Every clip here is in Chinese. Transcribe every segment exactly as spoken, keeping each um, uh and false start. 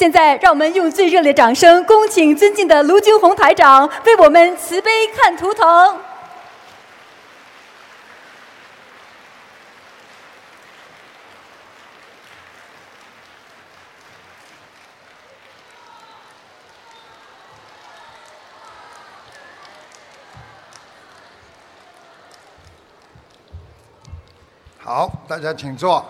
现在，让我们用最热烈掌声，恭请尊敬的卢军红台长为我们慈悲看图腾。 好，大家请坐。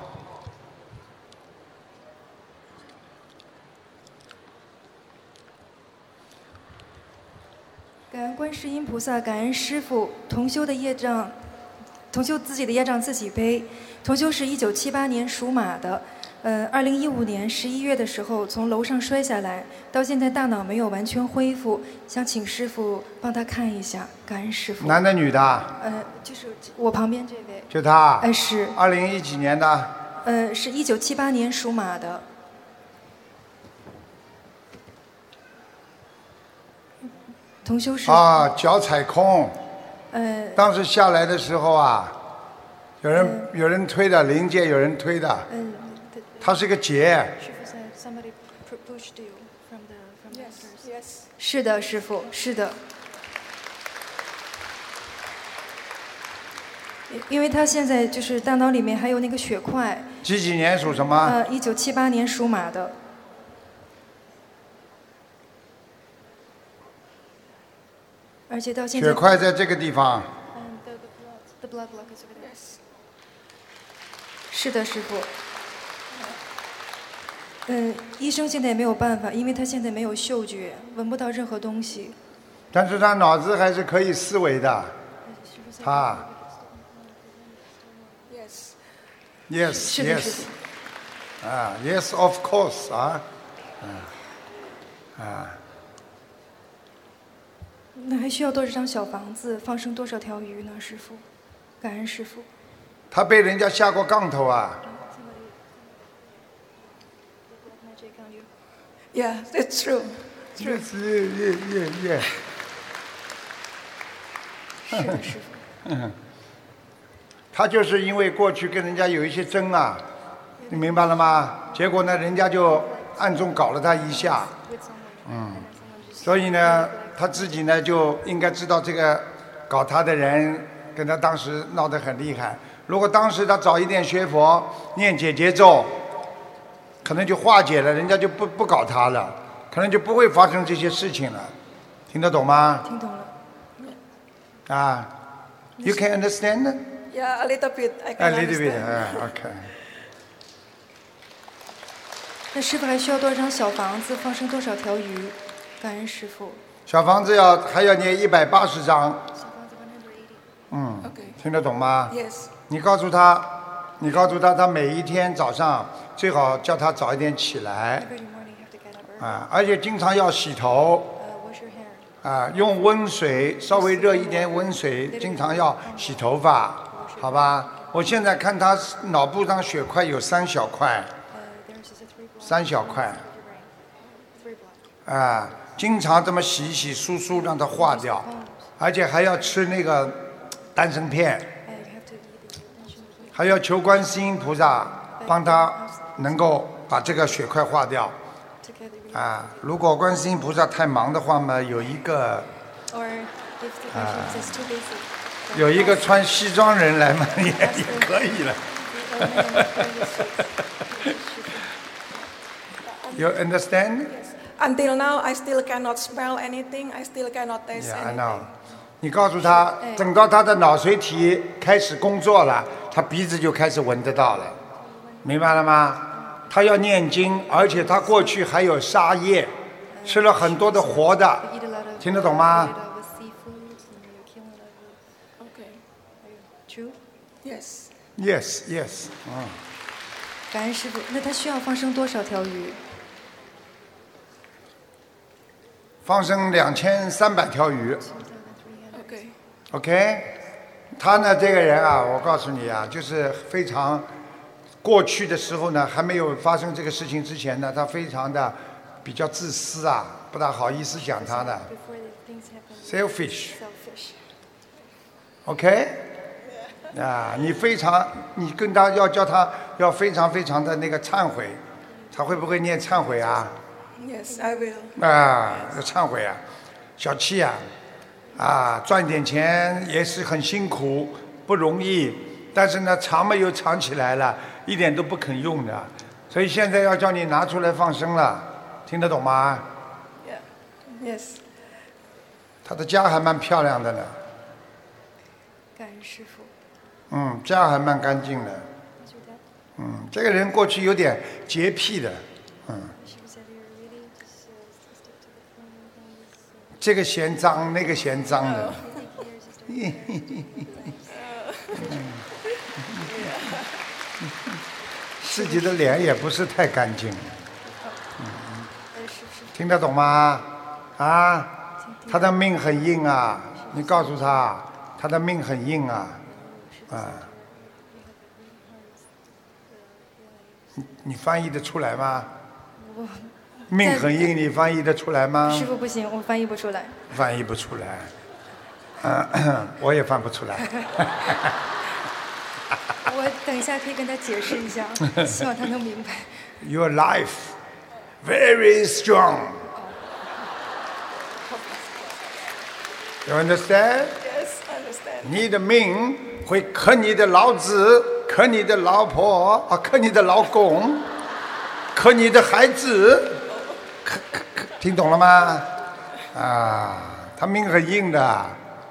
感恩观世音菩萨，感恩师父。同修的业障，同修自己的业障自己背。同修是一九七八年属马的，呃，二零一五年十一月的时候从楼上摔下来，到现在大脑没有完全恢复，想请师父帮他看一下。感恩师父。 男的女的？ 呃，就是我旁边这位。 就他？ 哎，是。 二零一几年的？ 呃，是一九七八年属马的。同修是啊，脚踩空。 呃。 当时下来的时候啊，有人、呃、有人推的，灵界有人推的。嗯、呃。它是个结。 师傅 said somebody pushed you from the from the stairs. Yes. 是的，师傅，是的。因为他现在就是大脑里面还有那个血块。 几几年属什么？ 呃，一九七八年属马的。而且到现在。 血块在这个地方。 嗯 the, the blood, the blood block is over there. 是的，师傅。嗯，医生现在也没有办法，因为他现在没有嗅觉，闻不到任何东西。 但是他脑子还是可以思维的。他。Yes, yes. 啊 ，Yes, of course 啊，啊，啊。 那还需要多少张小房子，放生多少条鱼呢，师父？感恩师父。 他被人家下过杠头啊。 Yeah, that's true. Yes, yeah, yeah, yeah. 是的，师父。 他就是因为过去跟人家有一些争啊，你明白了吗？结果呢，人家就暗中搞了他一下，嗯，所以呢，他自己呢就应该知道这个搞他的人跟他当时闹得很厉害。如果当时他早一点学佛，念解结咒，可能就化解了，人家就不不搞他了，可能就不会发生这些事情了。听得懂吗？ 听懂了。 啊 ，You can understand? Yeah, a little bit. I can understand. A little bit. Okay. 那师傅还需要多少张小房子，放生多少条鱼？感恩师傅。 小房子要还要念一百八十张。嗯。Okay. 听得懂吗 ？Yes. 你告诉他，你告诉他，他每一天早上最好叫他早一点起来。啊，而且经常要洗头。啊，用温水，稍微热一点温水，经常要洗头发。好吧，我现在看他脑部上血块有三小块，三小块，啊，经常这么洗一洗梳梳，让它化掉，而且还要吃那个丹参片，还要求观世音菩萨帮他能够把这个血块化掉，啊，如果观世音菩萨太忙的话嘛，有一个，啊。有一个穿西装人来嘛，也也可以了。You understand? Until now, I still cannot smell anything. I still cannot taste yeah, anything. I know. 你告诉他，等到他的脑髓体开始工作了，他鼻子就开始闻得到了，明白了吗？他要念经，而且他过去还有杀业，吃了很多的活的，听得懂吗？ Yes. Yes, yes. 嗯。 感恩师父，那他需要放生多少条鱼？ 放生两千三百条鱼。 OK. OK. 他呢，这个人啊，我告诉你啊，就是非常，过去的时候呢，还没有发生这个事情之前呢，他非常的比较自私啊，不大好意思讲他的。Selfish. OK. 啊，你非常，你跟他要叫他要非常非常的那个忏悔，他会不会念忏悔啊？ Yes, I will. 啊，要忏悔啊，小气啊，啊，赚点钱也是很辛苦，不容易，但是呢，藏嘛又藏起来了，一点都不肯用的，所以现在要叫你拿出来放生了，听得懂吗？ Yeah. Yes. 他的家还蛮漂亮的呢， 感恩师傅。 嗯，家还蛮干净的，嗯，这个人过去有点洁癖的，嗯。这个嫌脏，那个嫌脏的。自己的脸也不是太干净。听得懂吗？啊，他的命很硬啊！你告诉他，他的命很硬啊，啊。你你翻译得出来吗？命很硬，你翻译得出来吗？ 师傅不行，我翻译不出来。 翻译不出来，嗯，我也翻不出来。 我等一下可以跟他解释一下，希望他能明白。 Your life very strong. You understand? Yes, I understand. 你的命会克你的老子，克你的老婆啊，克你的老公，克你的孩子。听懂了吗？啊，他命很硬的。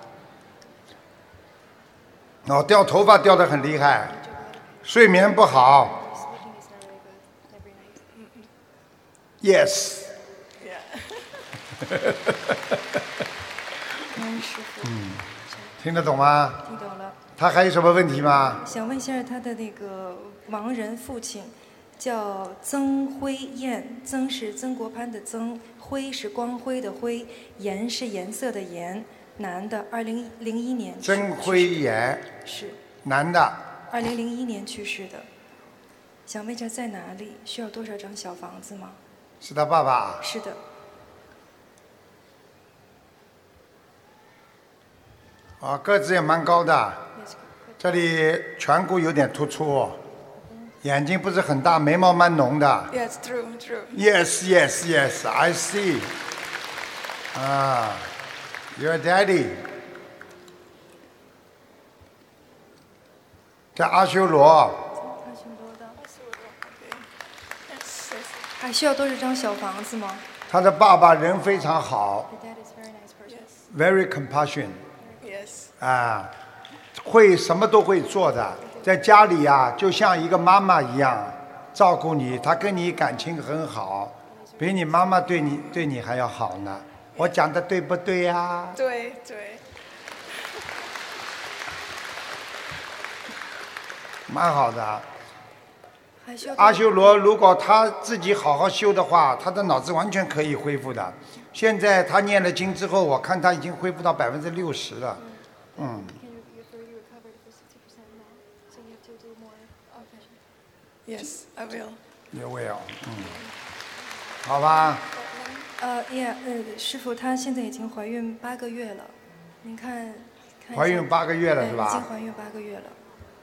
哦，掉头发掉得很厉害，睡眠不好。Yes。嗯，听得懂吗？ 听懂了。 他还有什么问题吗？ 想问一下他的那个亡人父亲。叫曾辉彦，曾是曾国藩的曾，辉是光辉的辉，颜是颜色的颜，男的，二零零一年。 曾辉彦是男的。 二零零一年去世的，想问一下在哪里？需要多少张小房子吗？ 是他爸爸。 是的。 啊，个子也蛮高的，这里颧骨有点突出。眼睛不是很大，眉毛蛮浓的。 Yes, true, true. Yes, yes, yes. I see. 啊 ，Your daddy 在阿修罗。 阿修罗的。还需要多少张小房子吗？ 他的爸爸人非常好 ，very compassion。 Yes. 啊，会什么都会做的。在家里啊，就像一个妈妈一样照顾你，她跟你感情很好，比你妈妈对你对你还要好呢。我讲的对不对呀、啊？ 对对。 蛮好的。阿修罗如果他自己好好修的话，他的脑子完全可以恢复的。现在他念了经之后，我看他已经恢复到百分之六十了。嗯。 Yes, I will. You will. 嗯，好吧。 呃，Yeah， 呃，师傅，她现在已经怀孕八个月了，您看。看怀孕八个月了是吧？ 已经怀孕八个月了。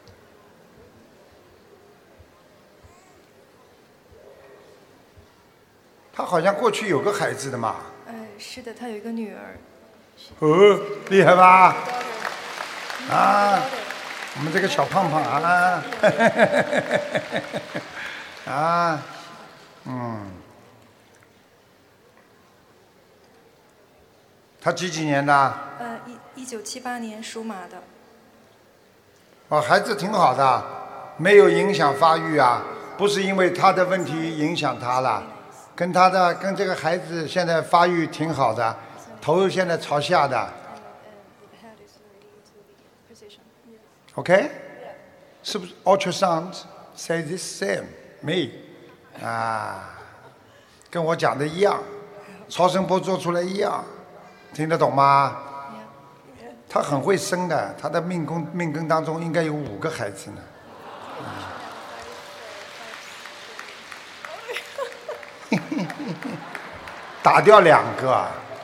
她好像过去有个孩子的嘛。 呃，是的，她有一个女儿。 哦，厉害吧？啊。我们这个小胖胖啊，啊，嗯，他几几年的？ 呃，一一九七八年属马的。 哦，孩子挺好的，没有影响发育啊，不是因为他的问题影响他了，跟他的跟这个孩子现在发育挺好的，头现在朝下的。OK， 是不是 ultrasound say this same me 啊，跟我讲的一样，超声波做出来一样，听得懂吗？他很会生的，他的命宫命根当中应该有五个孩子呢。嗯、打掉两个。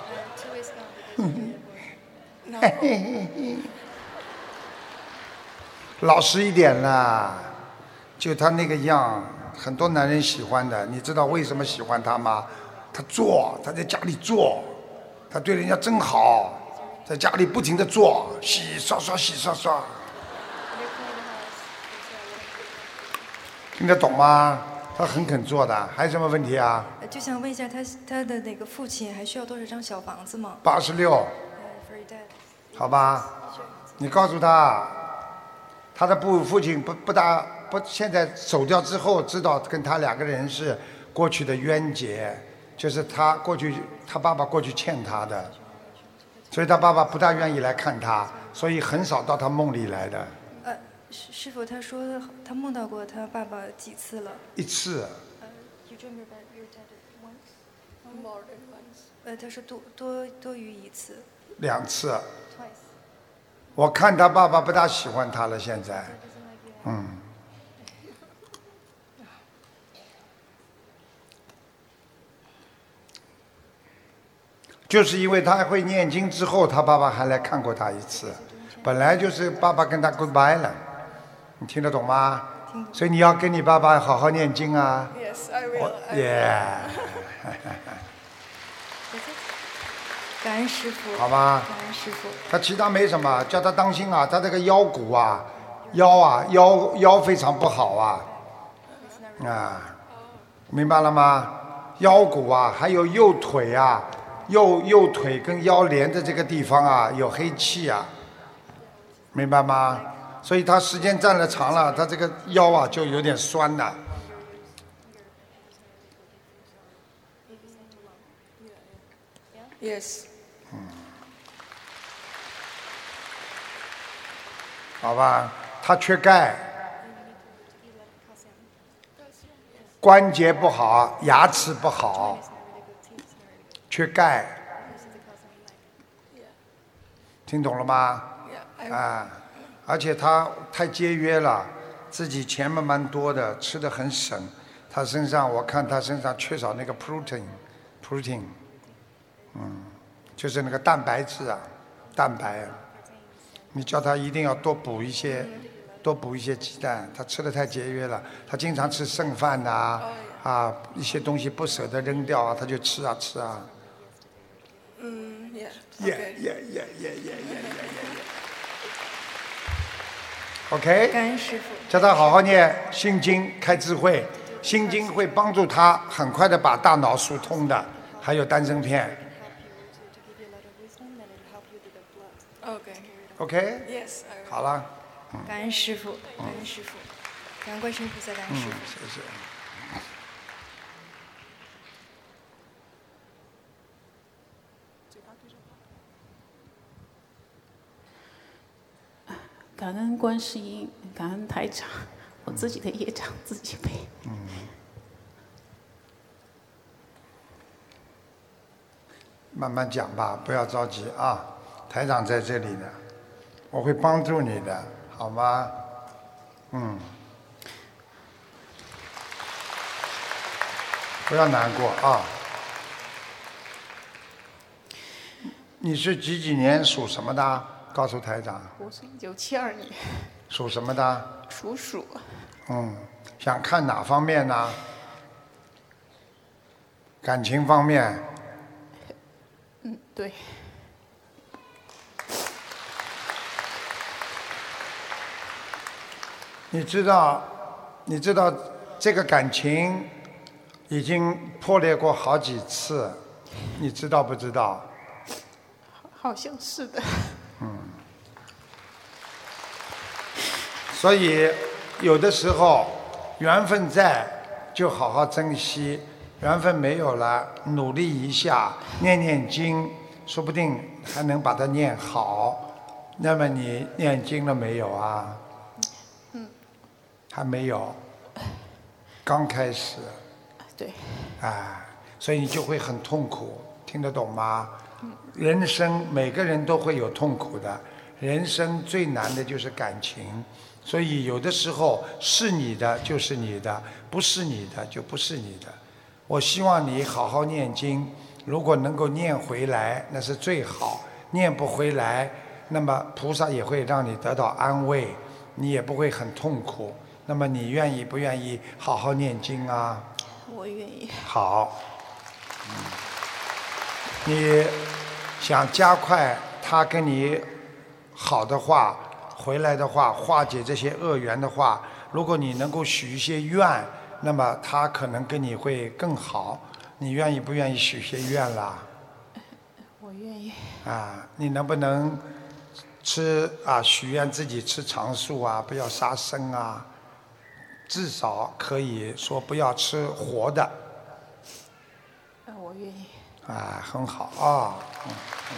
老实一点啦，就他那个样，很多男人喜欢的。你知道为什么喜欢他吗？ 他做，他在家里做，他对人家真好，在家里不停的做，洗刷刷，洗刷刷。听得懂吗？他很肯做的，还有什么问题啊？ 呃就想问一下他他的那个父亲还需要多少张小房子吗？ 八十六， 呃，for your dad。 好吧？你告诉他，他的父父亲不不大不，现在走掉之后，知道跟他两个人是过去的冤结，就是他过去他爸爸过去欠他的，所以他爸爸不大愿意来看他，所以很少到他梦里来的。 呃，师师傅他说他梦到过他爸爸几次了？ 一次。 呃，you dream about your dad once? More than once. 呃，他说多多多于一次。 两次。 Twice。 我看他爸爸不大喜欢他了，现在，嗯。就是因为他会念经之后，他爸爸还来看过他一次。本来就是爸爸跟他 goodbye 了，你听得懂吗？所以你要跟你爸爸好好念经啊。 Yes, I will. I will. Yeah 感恩师傅。 好吧。 感恩师傅。 他其他没什么，叫他当心啊，他这个腰骨啊，腰啊，腰腰非常不好啊，啊，明白了吗？腰骨啊，还有右腿啊，右右腿跟腰连的这个地方啊，有黑气啊，明白吗？所以他时间站了长了，他这个腰啊就有点酸的。 Yes. 好吧，他缺钙，关节不好，牙齿不好，缺钙，听懂了吗？ Yeah, I 啊，而且他太节约了，自己钱嘛蛮多的，吃的很省。他身上我看他身上缺少那个 protein，protein， 嗯，就是那个蛋白质啊，蛋白啊。 你叫他一定要多补一些，多补一些鸡蛋。他吃的太节约了，他经常吃剩饭呐、啊，啊，一些东西不舍得扔掉啊，他就吃啊吃啊。 Mm, yeah. 耶 Okay. 耶耶耶耶耶耶耶。OK。 感恩师傅。 叫他好好念心经，开智慧。心经会帮助他很快的把大脑疏通的，还有丹参片。 Okay. OK。 Yes, I will. 好了。 感恩师傅，感恩师傅，感恩观世音菩萨，感恩师嗯， 傅。 谢谢。 感恩观世音，感恩台长，我自己的业障自己背。 嗯。慢慢讲吧，不要着急啊。台长在这里呢，我会帮助你的，好吗？嗯。不要难过啊。你是几几年属什么的？告诉台长。 我是一九七二年。 属什么的？ 属鼠。 嗯，想看哪方面呢？感情方面。 嗯，对。 你知道，你知道这个感情已经破裂过好几次，你知道不知道？ 好像是的。 嗯。所以有的时候缘分在，就好好珍惜；缘分没有了，努力一下，念念经，说不定还能把它念好。那么你念经了没有啊？ 嗯。 还没有。刚开始。 对。 啊，所以你就会很痛苦，听得懂吗？人生每个人都会有痛苦的，人生最难的就是感情，所以有的时候是你的就是你的，不是你的就不是你的。我希望你好好念经，如果能够念回来，那是最好；念不回来，那么菩萨也会让你得到安慰，你也不会很痛苦。那么你愿意不愿意好好念经啊？ 我愿意。 好。嗯你想加快他跟你好的话，回来的话，化解这些恶缘的话，如果你能够许一些愿，那么他可能跟你会更好。你愿意不愿意许些愿啦？ 我愿意。 啊，你能不能吃啊？许愿自己吃长素啊，不要杀生啊，至少可以说不要吃活的。 呃，我愿意。 啊，很好啊。嗯嗯。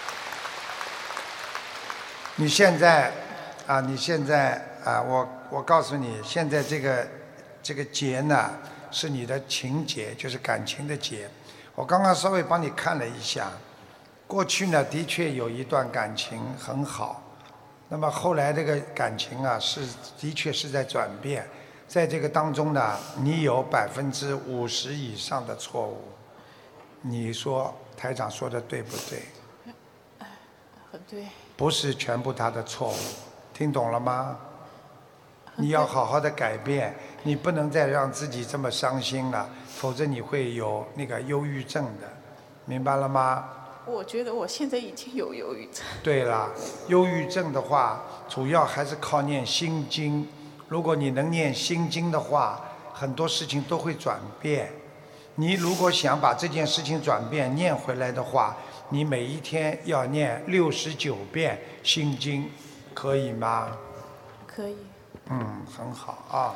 你现在啊，你现在啊，我我告诉你，现在这个这个劫呢，是你的情劫，就是感情的劫。我刚刚稍微帮你看了一下，过去呢的确有一段感情很好，那么后来这个感情啊是的确是在转变，在这个当中呢，你有百分之五十以上的错误。你说台长说的对不对？ 很对。 不是全部他的错误，听懂了吗？你要好好的改变，你不能再让自己这么伤心了，否则你会有那个忧郁症的，明白了吗？ 我觉得我现在已经有忧郁症。 对了，忧郁症的话，主要还是靠念心经。如果你能念心经的话，很多事情都会转变。你如果想把这件事情转变念回来的话，你每一天要念六十九遍心经，可以吗？ 可以。 嗯，很好啊。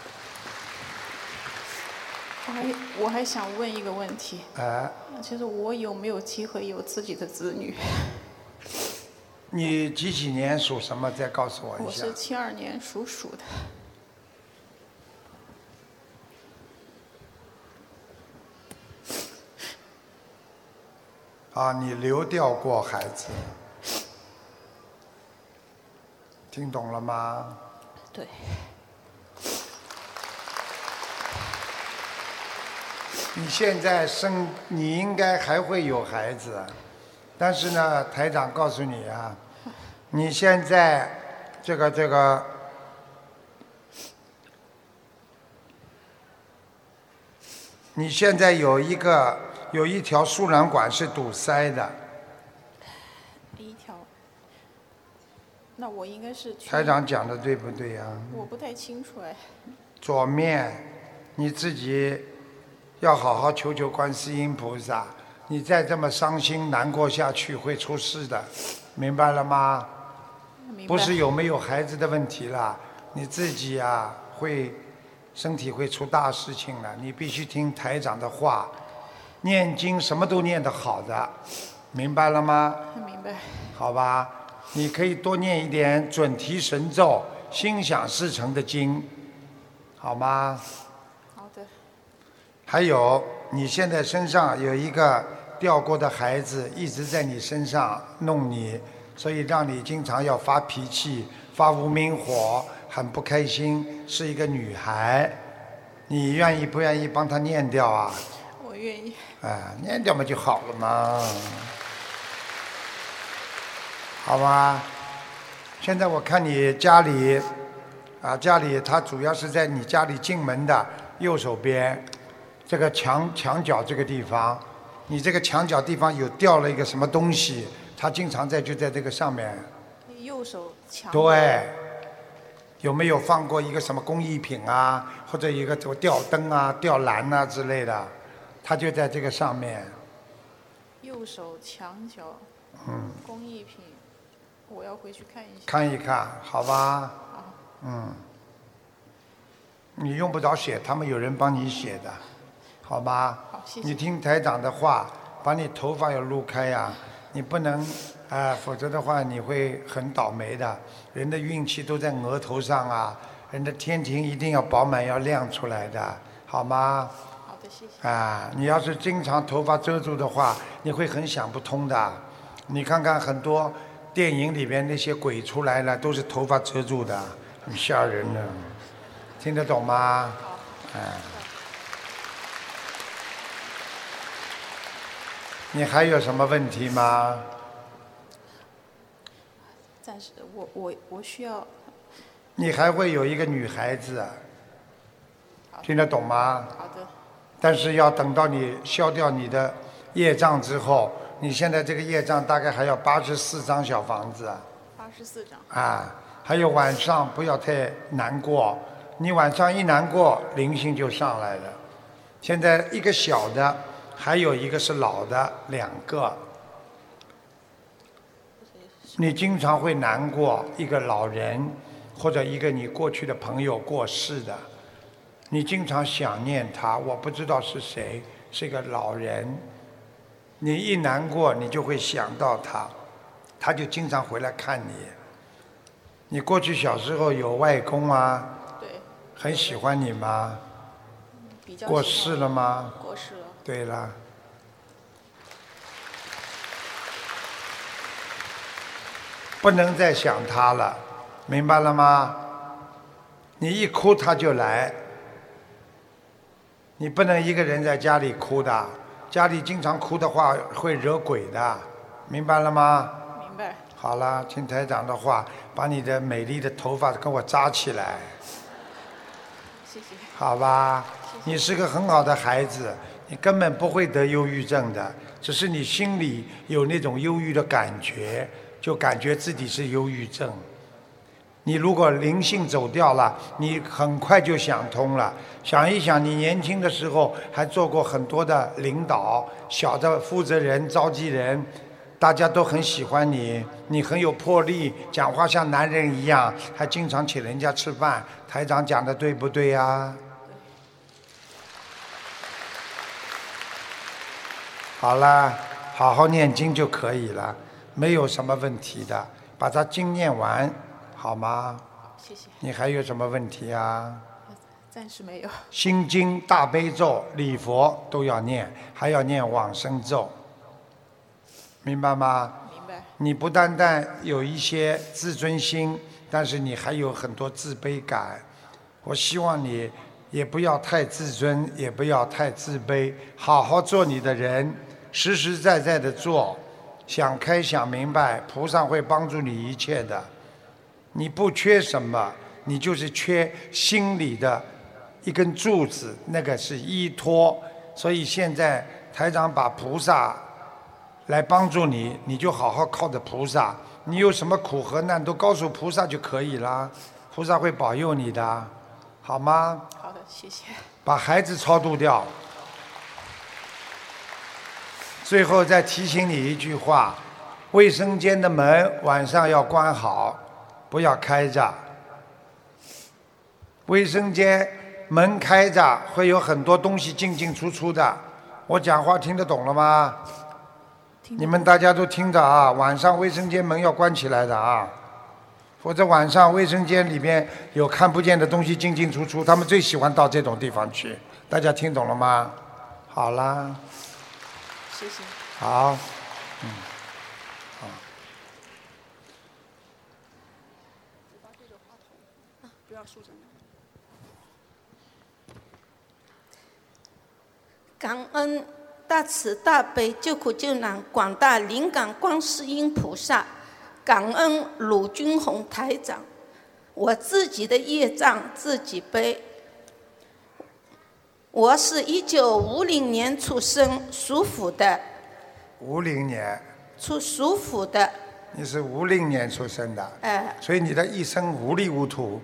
我还我还想问一个问题。 哎。 其实我有没有机会有自己的子女？ 你几几年属什么？再告诉我一下。 我是七二年属鼠的。 啊，你流掉过孩子，听懂了吗？ 对。 你现在生，你应该还会有孩子，但是呢，台长告诉你啊，你现在这个这个，你现在有一个有一条输卵管是堵塞的。 一条。那我应该是。 台长讲的对不对呀？ 我不太清楚哎。 左面，你自己要好好求求观世音菩萨，你再这么伤心难过下去会出事的，明白了吗？ 明白。 不是有没有孩子的问题了，你自己啊会身体会出大事情了，你必须听台长的话，念经什么都念得好的，明白了吗？ 明白。 好吧，你可以多念一点准提神咒、心想事成的经，好吗？ 好的。 还有，你现在身上有一个掉过的孩子，一直在你身上弄你，所以让你经常要发脾气、发无名火，很不开心。是一个女孩，你愿意不愿意帮她念掉啊？ 我愿意。 哎，念掉嘛就好了嘛，好吧？现在我看你家里，啊，家里它主要是在你家里进门的右手边。这个墙墙角这个地方，你这个墙角地方有掉了一个什么东西，它经常在就在这个上面。 右手墙。 对，有没有放过一个什么工艺品啊，或者一个什么吊灯啊、吊篮啊之类的？它就在这个上面。 右手墙角。 嗯。 工艺品，我要回去看一下。 看一看，好吧？ 好。 嗯。你用不着写，他们有人帮你写的。好吧， 好，谢谢。 你听台长的话，把你头发要撸开呀、啊，你不能，啊、呃，否则的话你会很倒霉的。人的运气都在额头上啊，人的天庭一定要饱满，要亮出来的，好吗？ 好的，谢谢。 啊，你要是经常头发遮住的话，你会很想不通的。你看看很多电影里边那些鬼出来了，都是头发遮住的，很吓人的，听得懂吗？好。啊。你还有什么问题吗？ 暂时，我我我需要。 你还会有一个女孩子，听得懂吗？ 好的。 但是要等到你消掉你的业障之后，你现在这个业障大概还要八十四张小房子。 八十四张。 啊，还有晚上不要太难过，你晚上一难过，灵性就上来了。现在一个小的，还有一个是老的，两个。你经常会难过，一个老人或者一个你过去的朋友过世的，你经常想念他，我不知道是谁，是一个老人。你一难过，你就会想到他，他就经常回来看你。你过去小时候有外公啊？ 对。 很喜欢你吗？ 比较过世了吗？ 过世了。 对了。不能再想他了，明白了吗？你一哭他就来，你不能一个人在家里哭的，家里经常哭的话会惹鬼的，明白了吗？ 明白。 好了，听台长的话，把你的美丽的头发给我扎起来。 谢谢。 好吧，谢谢。你是个很好的孩子，你根本不会得忧郁症的，只是你心里有那种忧郁的感觉，就感觉自己是忧郁症。你如果灵性走掉了，你很快就想通了。想一想，你年轻的时候还做过很多的领导、小的负责人、召集人，大家都很喜欢你，你很有魄力，讲话像男人一样，还经常请人家吃饭。台长讲的对不对呀？好了，好好念经就可以了，没有什么问题的，把它经念完。好吗？ 谢谢。 你还有什么问题啊？ 暂时没有。 心经、大悲咒、礼佛都要念，还要念往生咒，明白吗？ 明白。 你不单单有一些自尊心，但是你还有很多自卑感。我希望你也不要太自尊，也不要太自卑，好好做你的人，实实在在的做，想开想明白，菩萨会帮助你一切的。你不缺什么，你就是缺心里的一根柱子，那个是依托。所以现在台长把菩萨来帮助你，你就好好靠着菩萨。你有什么苦和难都告诉菩萨就可以了，菩萨会保佑你的，好吗？ 好的，谢谢。 把孩子超度掉。最后再提醒你一句话：卫生间的门晚上要关好。不要开着，卫生间门开着会有很多东西进进出出的。我讲话听得懂了吗？你们大家都听着啊，晚上卫生间门要关起来的啊，否则晚上卫生间里面有看不见的东西进进出出，他们最喜欢到这种地方去。大家听懂了吗？好啦。 谢谢。 好，嗯。 感恩大慈大悲救苦救难广大灵感观世音菩萨，感恩鲁军宏台长。我自己的业障自己背。我是一九五零年出生，属虎的。 五零年。 出属虎的。 你是五零年出生的。 哎。 所以你的一生糊里糊涂。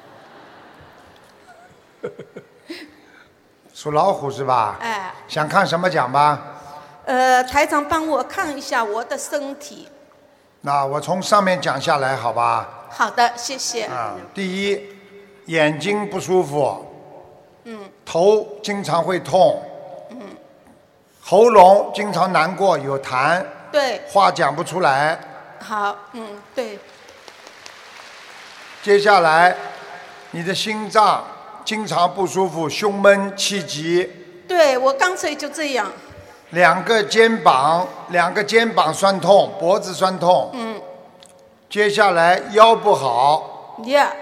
属老虎是吧？ 哎。 想看什么讲吧？ 呃，台长帮我看一下我的身体。 那我从上面讲下来，好吧？ 好的，谢谢。 啊，第一，眼睛不舒服。 嗯。 头经常会痛。 嗯。 喉咙经常难过，有痰。 对。 话讲不出来。 好，嗯，对。 接下来，你的心脏经常不舒服，胸闷气急。 对，我刚才就这样。 两个肩膀，两个肩膀酸痛，脖子酸痛。 嗯。 接下来腰不好。 呀。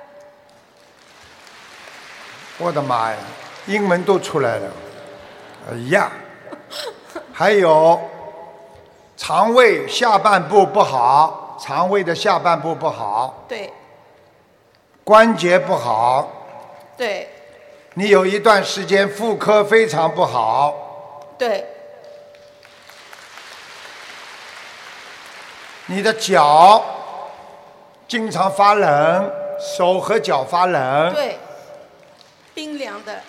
我的妈呀，英文都出来了。哎呀，还有肠胃下半部不好，肠胃的下半部不好。 对。 关节不好。 对。 你有一段时间妇科非常不好。 对。 你的脚经常发冷，手和脚发冷， 对，冰凉的。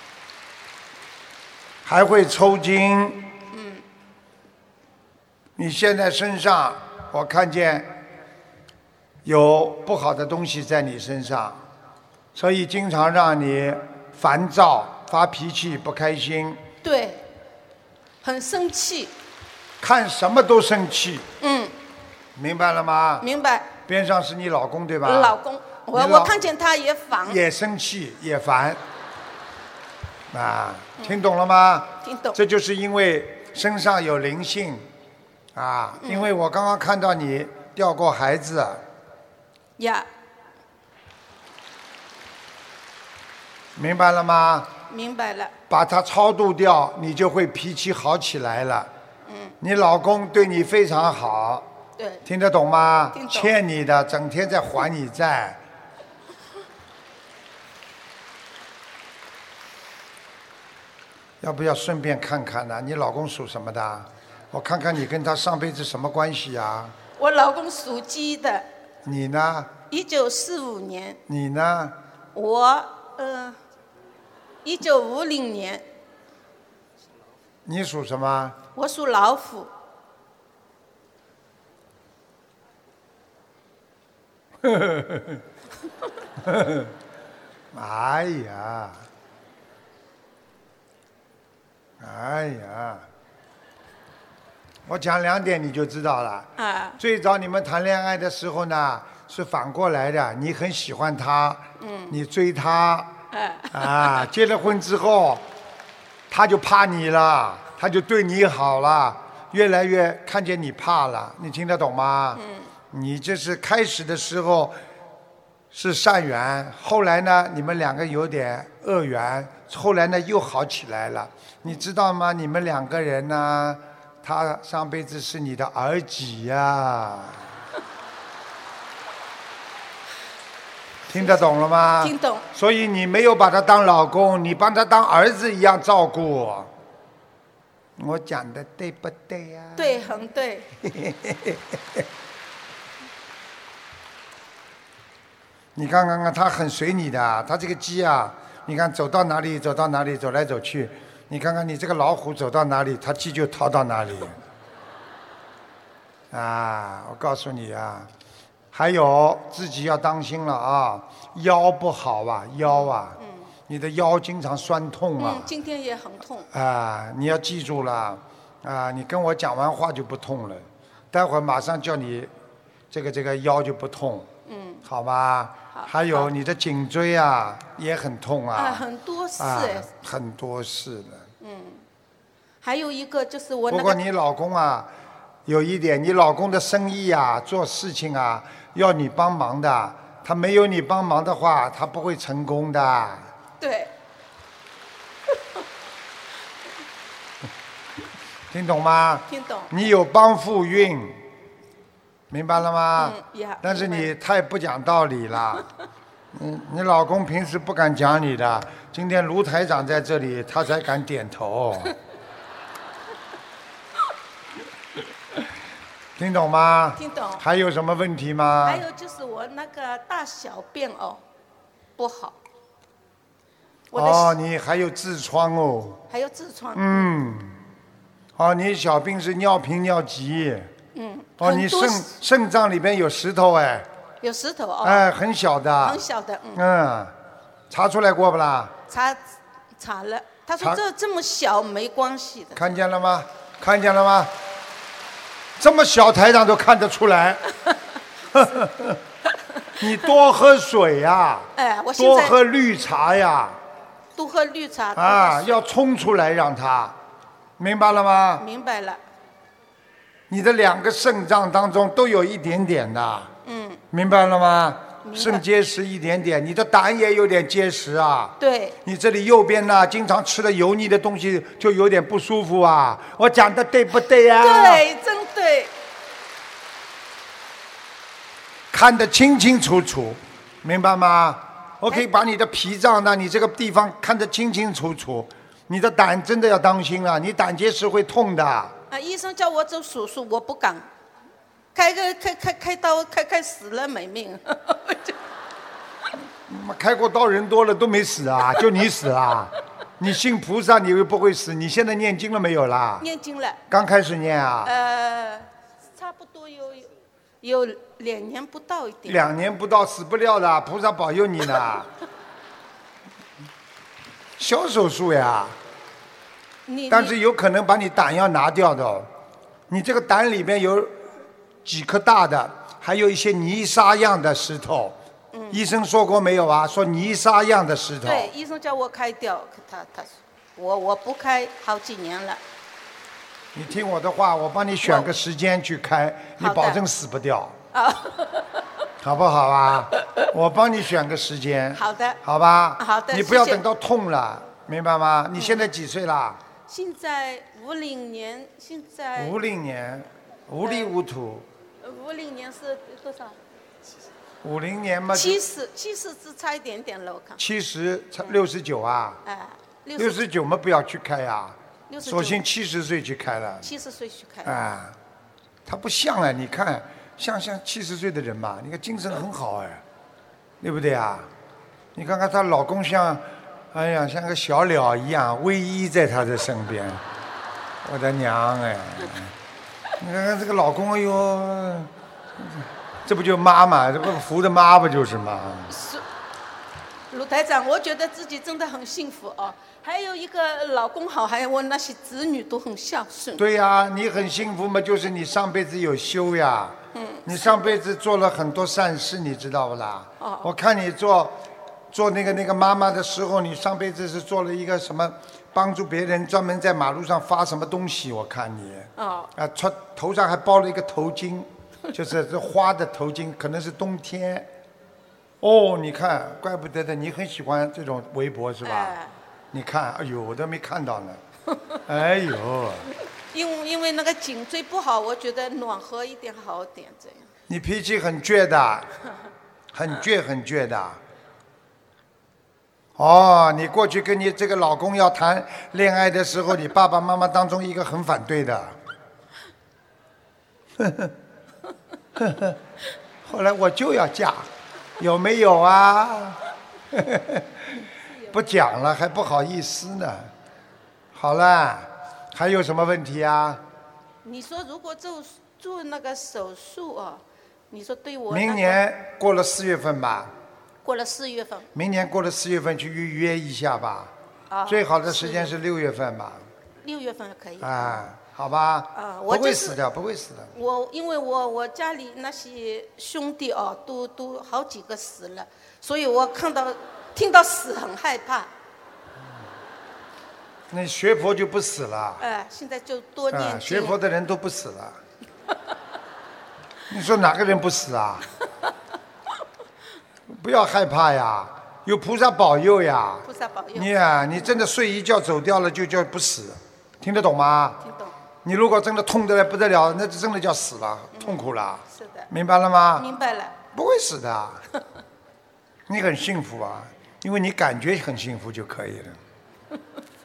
还会抽筋。嗯。你现在身上，我看见有不好的东西在你身上，所以经常让你烦躁、发脾气、不开心。 对，很生气。 看什么都生气。 嗯。 明白了吗？ 明白。 边上是你老公对吧？ 老公，我我看见他也烦。 也生气，也烦。啊，听懂了吗？ 听懂。 这就是因为身上有灵性，啊，因为我刚刚看到你掉过孩子。 呀。 明白了吗？ 明白了。 把它超度掉，你就会脾气好起来了。嗯。你老公对你非常好。 对。 听得懂吗？ 听懂。 欠你的，整天在还你债。要不要顺便看看呢？你老公属什么的？我看看你跟他上辈子什么关系呀？ 我老公属鸡的。 你呢？ 一九四五年。 你呢？ 我呃，一九五零年。 你属什么？ 我属老虎。 呵呵呵呵呵呵，哎呀！哎呀，我讲两点你就知道了。 啊。 最早你们谈恋爱的时候呢，是反过来的，你很喜欢他，嗯，你追他，啊，啊，结了婚之后，他就怕你了，他就对你好了，越来越看见你怕了，你听得懂吗？嗯。你这是开始的时候是善缘，后来呢，你们两个有点恶缘，后来呢又好起来了。你知道吗？你们两个人呢，他上辈子是你的儿媳呀。听得懂了吗？ 听懂。 所以你没有把他当老公，你把他当儿子一样照顾。我讲的对不对呀？ 对，很对。 你看看看，他很随你的，他这个鸡啊，你看走到哪里走到哪里，走来走去。你看看你这个老虎走到哪里，它鸡就逃到哪里。啊，我告诉你啊，还有自己要当心了啊，腰不好啊，腰啊，嗯、你的腰经常酸痛啊。 嗯，今天也很痛。 啊，你要记住了，啊，你跟我讲完话就不痛了，待会儿马上叫你，这个这个腰就不痛。嗯，好吧。还有你的颈椎啊，也很痛啊。 啊，很多事哎、 啊。很多事的。 嗯，还有一个就是我那个。 不过你老公啊，有一点，你老公的生意啊，做事情啊，要你帮忙的。他没有你帮忙的话，他不会成功的。 对。 听懂吗？ 听懂。 你有帮扶运。明白了吗？ 嗯， 但是你太不讲道理了。嗯，你老公平时不敢讲你的，今天卢台长在这里，他才敢点头。听懂吗？ 听懂。 还有什么问题吗？ 还有就是我那个大小便哦，不好。 哦，你还有痔疮哦。 还有痔疮。 嗯。哦，你小病是尿频尿急。 嗯， 哦，你肾肾脏里边有石头哎， 有石头哦， 哎，很小的， 很小的，嗯， 嗯，查出来过不啦？ 查查了，他说这这么小没关系的。 看见了吗？看见了吗？这么小台长都看得出来。你多喝水呀， 哎，我多喝绿茶呀， 多喝绿茶啊，要冲出来让它，明白了吗？ 明白了。 你的两个肾脏当中都有一点点的， 嗯， 明白了吗？肾结石一点点，你的胆也有点结石啊。 对。 你这里右边呢，经常吃的油腻的东西就有点不舒服啊。我讲的对不对呀？ 对，真对。 看得清清楚楚，明白吗？我可以把你的脾脏呢，你这个地方看得清清楚楚。你的胆真的要当心啊，你胆结石会痛的。 啊，医生叫我做手术，我不敢。 开个开开开刀开开死了没命。 开过刀人多了都没死啊，就你死啊？你信菩萨，你又不会死。你现在念经了没有啦？ 念经了。 刚开始念啊？ 呃，差不多有有两年不到一点。 两年不到，死不了的，菩萨保佑你呢。小手术呀， 你但是有可能把你胆要拿掉的哦。你这个胆里面有几颗大的，还有一些泥沙样的石头。嗯、医生说过没有啊？说泥沙样的石头。 对，医生叫我开掉，他他我我不开好几年了。 你听我的话，我帮你选个时间去开，你保证死不掉。 啊。 好不好啊？我帮你选个时间。 好的。 好吧。 好的。 你不要等到痛了，明白吗？你现在几岁啦？ 现在五零年，现在。 五零年，无力无土。 五零年是多少？ 五零年嘛。 七十，七十只差一点点了，我看。 七十，六十九啊。 哎， 六十九嘛，不要去开呀。 六十九。 索性七十岁去开了。 七十岁去开。 啊，他不像啊，你看。像像七十岁的人嘛，你看精神很好哎，对不对啊？你看看她老公像，哎呀，像个小鸟一样偎依在她的身边。我的娘哎！你看看这个老公，哎呦，这不就妈妈，这不福的妈不就是吗？ 是，卢台长，我觉得自己真的很幸福哦。还有一个老公好，还有我那些子女都很孝顺。 对呀，你很幸福嘛，就是你上辈子有修呀。嗯。你上辈子做了很多善事，你知道不啦？哦。我看你做做那个那个妈妈的时候，你上辈子是做了一个什么，帮助别人，专门在马路上发什么东西，我看你。哦。啊，穿头上还包了一个头巾，就是这花的头巾，可能是冬天。哦，你看，怪不得的，你很喜欢这种围脖是吧？哎。你看，哎呦，我都没看到呢。哎呦。 因为因为那个颈椎不好，我觉得暖和一点好点这样。 你脾气很倔的，很倔很倔的。哦，你过去跟你这个老公要谈恋爱的时候，你爸爸妈妈当中一个很反对的。后来我就要嫁，有没有啊？不讲了，还不好意思呢。好了，还有什么问题啊？ 你说如果做做那个手术啊，你说对我、那个、明年过了四月份吧。 过了四月份。 明年过了四月份去预约一下吧。啊。最好的时间是六月份吧。 六月份可以。 啊，好吧。啊，我、就是、不会死的，不会死的。 我因为我我家里那些兄弟哦，都都好几个死了，所以我看到。听到死很害怕。 那学佛就不死了。 哎、呃，现在就多念经、呃。 学佛的人都不死了。你说哪个人不死啊？不要害怕呀，有菩萨保佑呀。 菩萨保佑。 你啊，你真的睡一觉走掉了，就叫不死，听得懂吗？ 听懂。 你如果真的痛得来不得了，那就真的叫死了，嗯、痛苦了。 是的。 明白了吗？ 明白了。 不会死的。你很幸福啊。因为你感觉很幸福就可以了。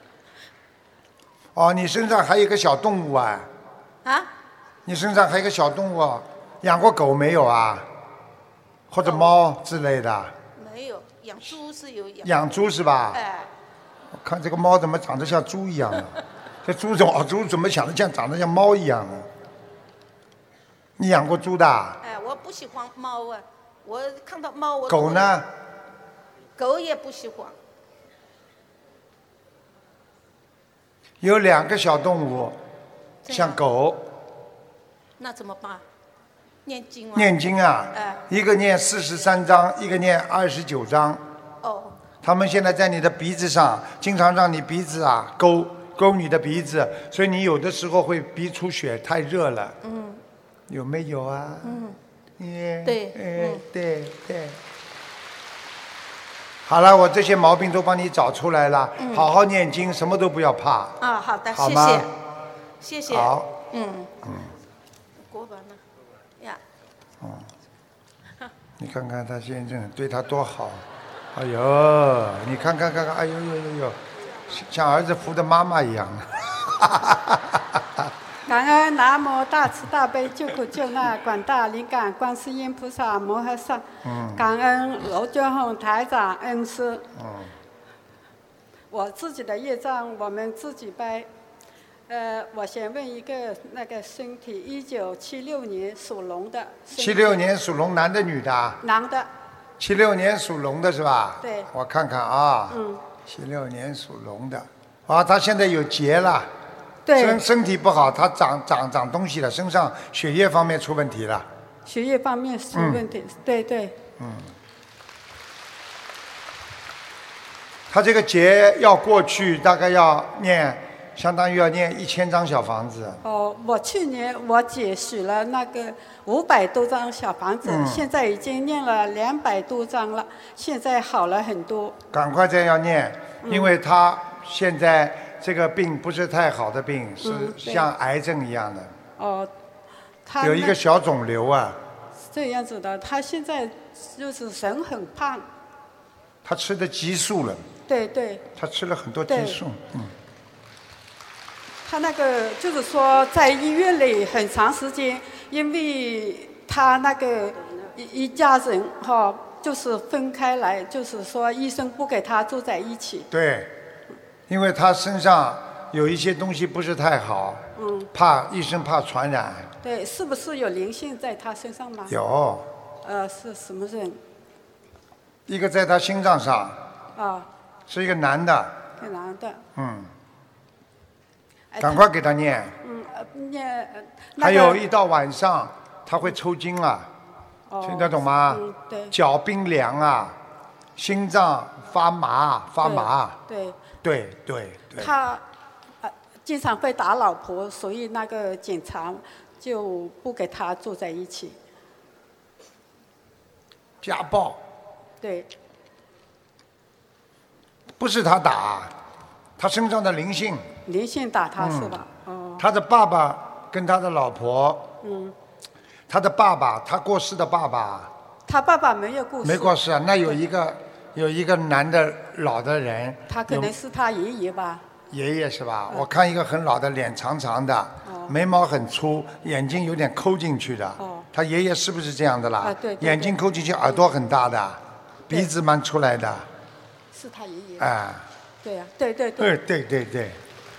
哦，你身上还有一个小动物啊？啊？你身上还有一个小动物、啊，养过狗没有啊？或者猫之类的？ 没有，养猪是有养。 养猪是吧？ 哎。 我看这个猫怎么长得像猪一样的？这猪怎么猪怎么想的像长得像猫一样的？你养过猪的？ 哎，我不喜欢猫啊，我看到猫我。 狗呢？ 狗也不喜欢。 有两个小动物，像狗。 那怎么办？念经啊。 念经啊！ 哎。 一个念四十三章，一个念二十九章。 哦。 他们现在在你的鼻子上，经常让你鼻子啊勾勾你的鼻子，所以你有的时候会鼻出血，太热了。嗯。有没有啊？ 嗯。 嗯。 对。 嗯，对对。好了，我这些毛病都帮你找出来了，嗯、好好念经，什么都不要怕。 啊，好的， 好吗？ 谢谢，谢谢。 好。 嗯。 嗯。 国文呢？呀。 哦。你看看他先生对他多好，哎呦，你看看看看，哎呦呦呦呦，像儿子扶的妈妈一样。 感恩南无大慈大悲救苦救难广大灵感观世音菩萨摩诃萨， 嗯， 感恩罗俊宏台长恩师。 嗯， 我自己的业障我们自己背。呃，我先问一个那个身体，一九七六年属龙的。 七六年属龙，男的女的？ 男的。 七六年属龙的是吧？ 对。 我看看啊。 嗯。 七六年属龙的，啊，他现在有结了。 对。 身身体不好，他长长长东西了，身上血液方面出问题了。 血液方面出问题，嗯、对对。 嗯。他这个结要过去，大概要念。相当于要念一千张小房子。 哦，我去年我姐许了那个五百多张小房子，嗯、现在已经念了两百多张了，现在好了很多。 赶快再要念，嗯、因为他现在这个病不是太好的病，嗯、是像癌症一样的。 哦，他有一个小肿瘤啊。 这样子的，他现在就是人很胖。 他吃的激素了。 对对。 他吃了很多激素，嗯。 他那个就是说，在医院里很长时间，因为他那个一一家人哈、哦，就是分开来，就是说医生不给他住在一起。 对，因为他身上有一些东西不是太好，嗯，怕医生怕传染。 对，是不是有灵性在他身上吗？ 有。 呃，是什么人？ 一个在他心脏上。啊。是一个男的。 一个男的。 嗯。赶快给他念。 嗯，念。 那個、还有一到晚上他会抽筋啊，哦、听得懂吗？ 嗯，对。 脚冰凉啊，心脏发麻发麻。 对。 对对对。 他呃经常会打老婆，所以那个警察就不给他住在一起。 家暴。 对。 不是他打，他身上的灵性。 灵性打他是吧？ 嗯、哦。他的爸爸跟他的老婆。嗯。他的爸爸，他过世的爸爸。 他爸爸没有过世。 没过世啊，那有一个有一个男的老的人。 他可能是他爷爷吧。 爷爷是吧？嗯、我看一个很老的，脸长长的，哦、眉毛很粗，眼睛有点抠进去的。哦。他爷爷是不是这样的啦？ 啊，对对对。 眼睛抠进去，耳朵很大的，鼻子蛮出来的。 是他爷爷。 哎。 对呀、啊，对对对。 对对对。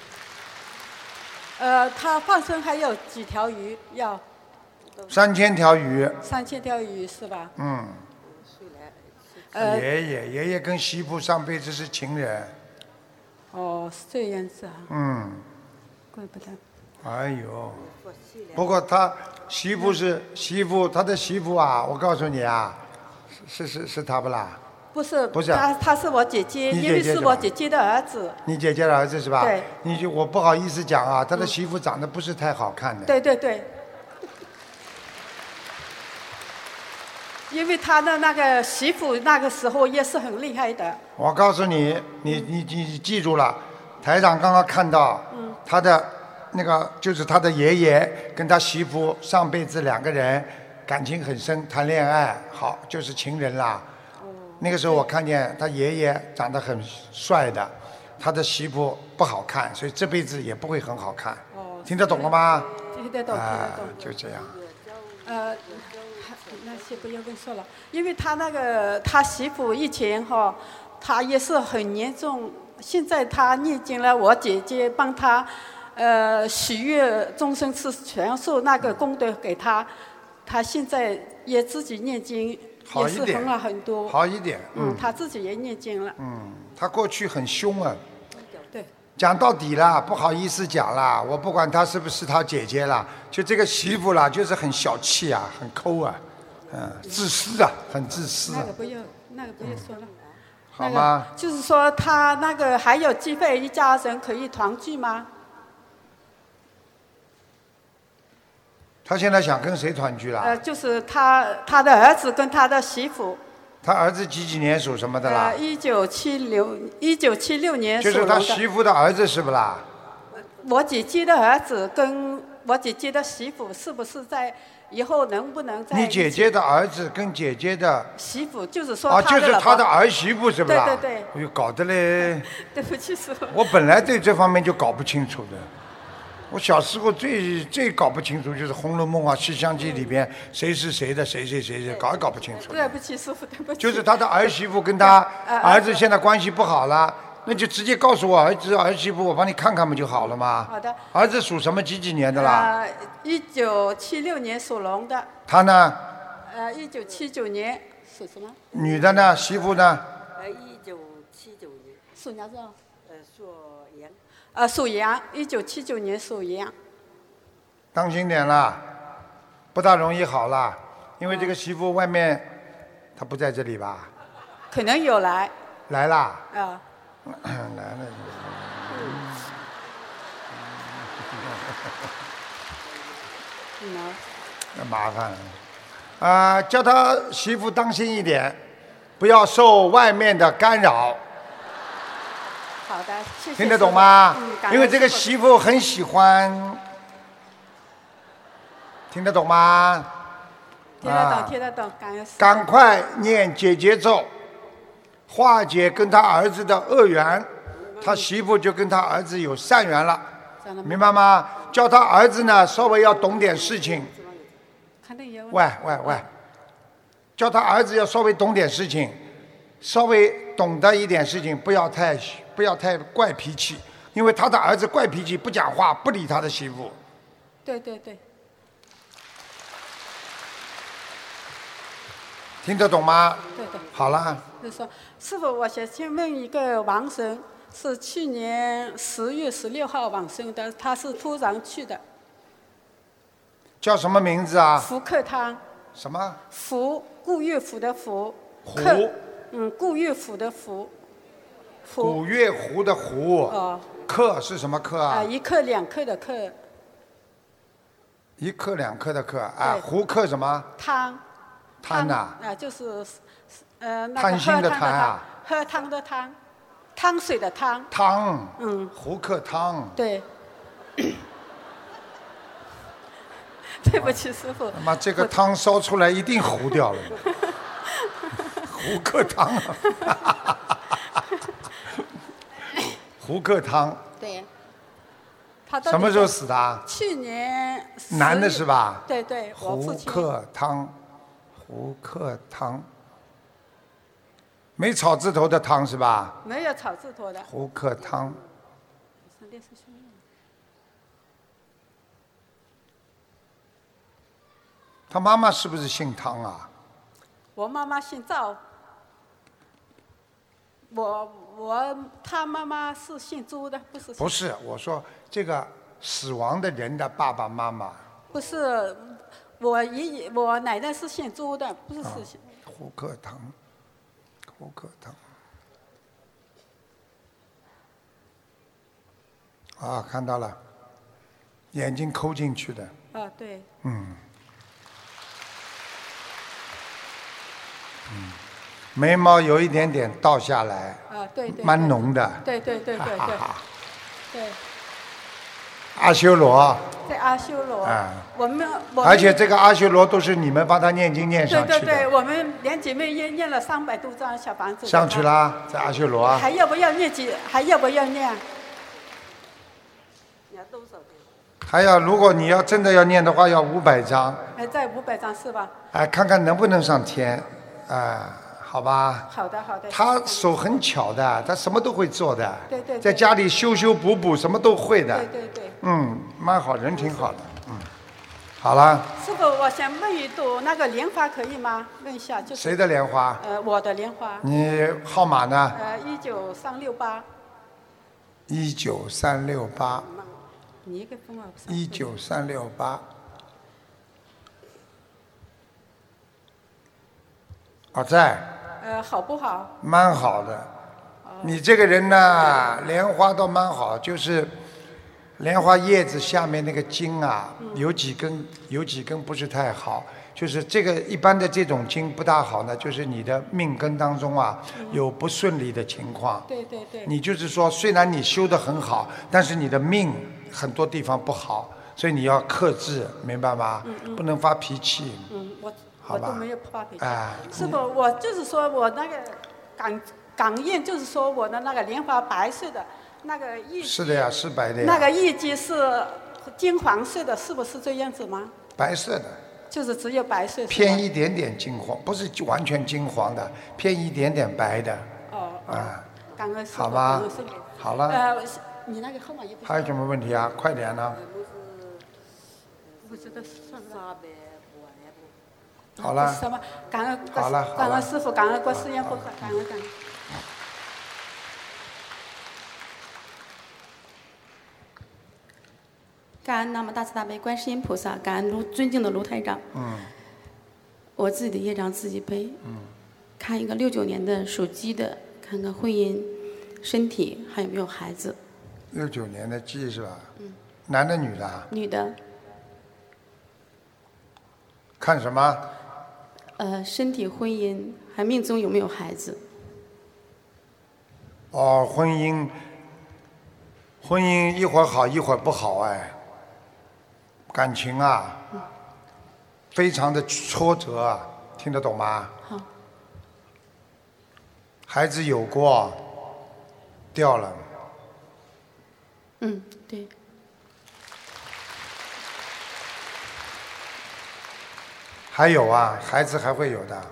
呃，他放生还有几条鱼要？ 三千条鱼。 三千条鱼是吧？ 嗯。呃，爷爷爷爷跟媳妇上辈子是情人。 哦，是这样子啊。 嗯。 怪不得。 哎呦，不过他媳妇是媳妇，他的媳妇啊，我告诉你啊，是是是他不啦？ 不是， 不是， 他他是我姐姐，因为是我姐姐的儿子。 你姐姐的儿子是吧？ 对。 你就我不好意思讲啊，他的媳妇长得不是太好看的。 对对对。因为他的那个媳妇那个时候也是很厉害的。 我告诉你，你你你记住了，台长刚刚看到，嗯，他的那个就是他的爷爷跟他媳妇上辈子两个人感情很深，谈恋爱，好就是情人啦。那个时候我看见他爷爷长得很帅的，他的媳妇不好看，所以这辈子也不会很好看。哦，听得懂了吗？ 听得懂，听得懂。 就这样。 呃，那些不要跟说了，因为他那个他媳妇以前哈，他也是很严重，现在他念经了，我姐姐帮他呃许愿终身吃全素那个功德给他，他现在也自己念经。也是很了很多， 好一点。 嗯，嗯他自己也念经了。 嗯，他过去很凶啊。 对。 讲到底啦，不好意思讲啦，我不管他是不是他姐姐啦，就这个媳妇啦，就是很小气啊，很抠啊，嗯，自私啊，很自私、啊。 那个不要，那个不要说了。嗯、 好吗、 那个？就是说他那个还有机会一家人可以团聚吗？ 他现在想跟谁团聚了？ 呃，就是他他的儿子跟他的媳妇。 他儿子几几年属什么的啦？ 呃，一九七六一九七六年属龙的。就是他媳妇的儿子是不啦？ 我姐姐的儿子跟我姐姐的媳妇是不是在以后能不能在？ 你姐姐的儿子跟姐姐的媳妇，就是说啊，就是他的儿媳妇是不啦？ 对对对。 哎呦，搞得嘞！ 对不起，师傅。 我本来对这方面就搞不清楚的。 我小时候最最搞不清楚就是《红楼梦》啊，《西厢记》里边谁是谁的，谁谁谁谁，搞也搞不清楚。 对不起，师傅，对不起。 就是他的儿媳妇跟他儿子现在关系不好了，那就直接告诉我儿子儿媳妇，我帮你看看不就好了吗？ 好的。 儿子属什么几几年的啦？ 呃，一九七六年属龙的。 他呢？ 呃，一九七九年属什么？ 女的呢？媳妇呢？ 呃，一九七九年。 属羊是吧？ 呃，属羊。 呃，属羊，一九七九年属羊。 当心点啦，不大容易好啦，因为这个媳妇外面，她不在这里吧？ 可能有来。 来啦。 啊。 来了。 嗯。 那麻烦了。啊、呃，叫他媳妇当心一点，不要受外面的干扰。 好的，谢谢。 听得懂吗？ 嗯、 因为这个媳妇很喜欢。听得懂吗？ 听得懂，听得懂，感恩。 赶快念解结咒，化解跟他儿子的恶缘，他媳妇就跟他儿子有善缘了，明白吗？叫他儿子呢稍微要懂点事情。喂喂喂，叫他儿子要稍微懂点事情，稍微懂得一点事情，不要太不要太怪脾气，因为他的儿子怪脾气，不讲话，不理他的媳妇。 对对对。 听得懂吗？ 对对。 好了。 就说师傅，我想先问一个亡神，是去年十月十六号往生的，他是突然去的。 叫什么名字啊？ 福克汤。 什么？ 福，顾岳福的福。 胡。 嗯，顾岳福的福。 古月湖的湖。 哦。 克是什么克啊？ 啊，一克两克的克。 一克两克的克啊，湖克什么？ 汤。 汤呐。 啊，就是，呃，那个贪心的贪啊。 喝汤的汤，汤水的汤。 汤。 嗯。 湖克汤。 对。对不起，师傅。 他妈，这个汤烧出来一定糊掉了。胡克汤。胡克汤。 对。 什么时候死的？ 去年。 男的是吧？ 对对，我父亲。胡克汤，胡克汤。没草字头的汤是吧？ 没有草字头的。 胡克汤。他妈妈是不是姓汤啊？ 我妈妈姓赵。我我他妈妈是姓朱的，不是。 不是，我说这个死亡的人的爸爸妈妈。 不是，我爷我奶奶是姓朱的，不是姓。 啊、胡克汤，胡克汤。啊，看到了，眼睛抠进去的。 啊，对。 嗯。嗯，眉毛有一点点倒下来， 啊，对对， 蛮浓的， 对对对对对，对。 阿修罗。 在阿修罗。啊。我们我。 而且这个阿修罗都是你们帮他念经念上去的。 对对对，我们两姐妹念念了三百多张小房子。 上去啦，在阿修罗。 还要不要念几？还要不要念？ 你要多少遍？ 还要，如果你要真的要念的话，要五百张。 还在五百张是吧？ 哎，看看能不能上天。啊，好吧。 好的，好的。 他手很巧的，他什么都会做的。 对对。 在家里修修补补，什么都会的。 对对对。 嗯，蛮好，人挺好的。嗯，好了。 师傅，我想问一朵那个莲花可以吗？问一下，就是。 谁的莲花？ 呃，我的莲花。 你号码呢？ 呃，一九三六八。 一九三六八。 你一个分啊。 一九三六八。哦，在。 呃，好不好？ 蛮好的。你这个人呢，莲花倒蛮好，就是莲花叶子下面那个茎啊，有几根有几根不是太好，就是这个一般的这种茎不大好呢，就是你的命根当中啊有不顺利的情况。 对对对。 你就是说，虽然你修得很好，但是你的命很多地方不好，所以你要克制，明白吗？ 嗯嗯。 不能发脾气。 嗯，我。我都没有发脾气。 哎。 师傅，我就是说我那个感感应，就是说我的那个莲花白色的，那个意。 是的呀，是白的呀。 那个意境是金黄色的，是不是这样子吗？ 白色的。 就是只有白色。 偏一点点金黄，不是完全金黄的，偏一点点白的。 哦。 啊。 感恩师父。 好吧。好了。 呃，你那个号码也不。 还有什么问题啊？快点呢。 不知道算了。 好了。 什么？感恩。 好了。 感恩师父，感恩观世音菩萨，感恩感恩。 感恩南无大慈大悲观世音菩萨，感恩卢尊敬的卢台长。 嗯。 我自己的业障自己背。 嗯。 看一个六九年的属鸡的，看看婚姻、身体还有没有孩子。 六九年的鸡是吧？ 嗯。 男的女的？ 女的。 看什么？ 呃，身体、婚姻，还命中有没有孩子？ 哦，婚姻，婚姻一会儿好一会儿不好哎。感情啊， 嗯、 非常的挫折啊，听得懂吗？ 好。 孩子有过，掉了。 嗯，对。 还有啊，孩子还会有的。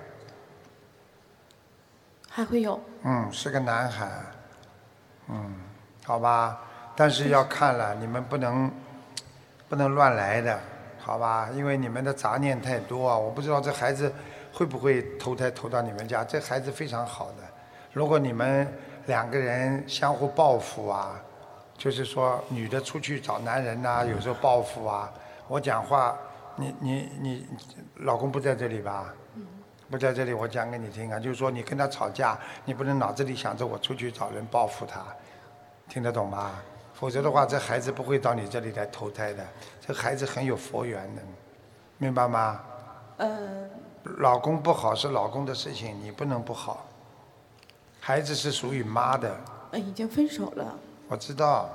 还会有。 嗯，是个男孩。嗯，好吧，但是要看了，你们不能。不能乱来的，好吧？因为你们的杂念太多啊！我不知道这孩子会不会投胎投到你们家。这孩子非常好的，如果你们两个人相互报复啊，就是说女的出去找男人呐、啊，有时候报复啊。我讲话，你你你，老公不在这里吧？不在这里，我讲给你听啊，就是说你跟他吵架，你不能脑子里想着我出去找人报复他，听得懂吗？否则的话，这孩子不会到你这里来投胎的。这孩子很有佛缘的，明白吗？ 呃。 老公不好是老公的事情，你不能不好。孩子是属于妈的。 呃，已经分手了。 我知道。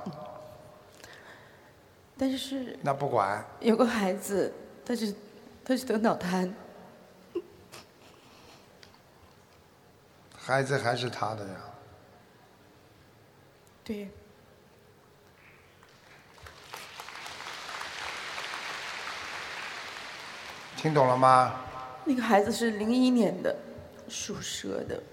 但是。 那不管。 有个孩子，他是他是得脑瘫。 孩子还是他的呀。 对。 听懂了吗？ 那个孩子是零一年的，属蛇的。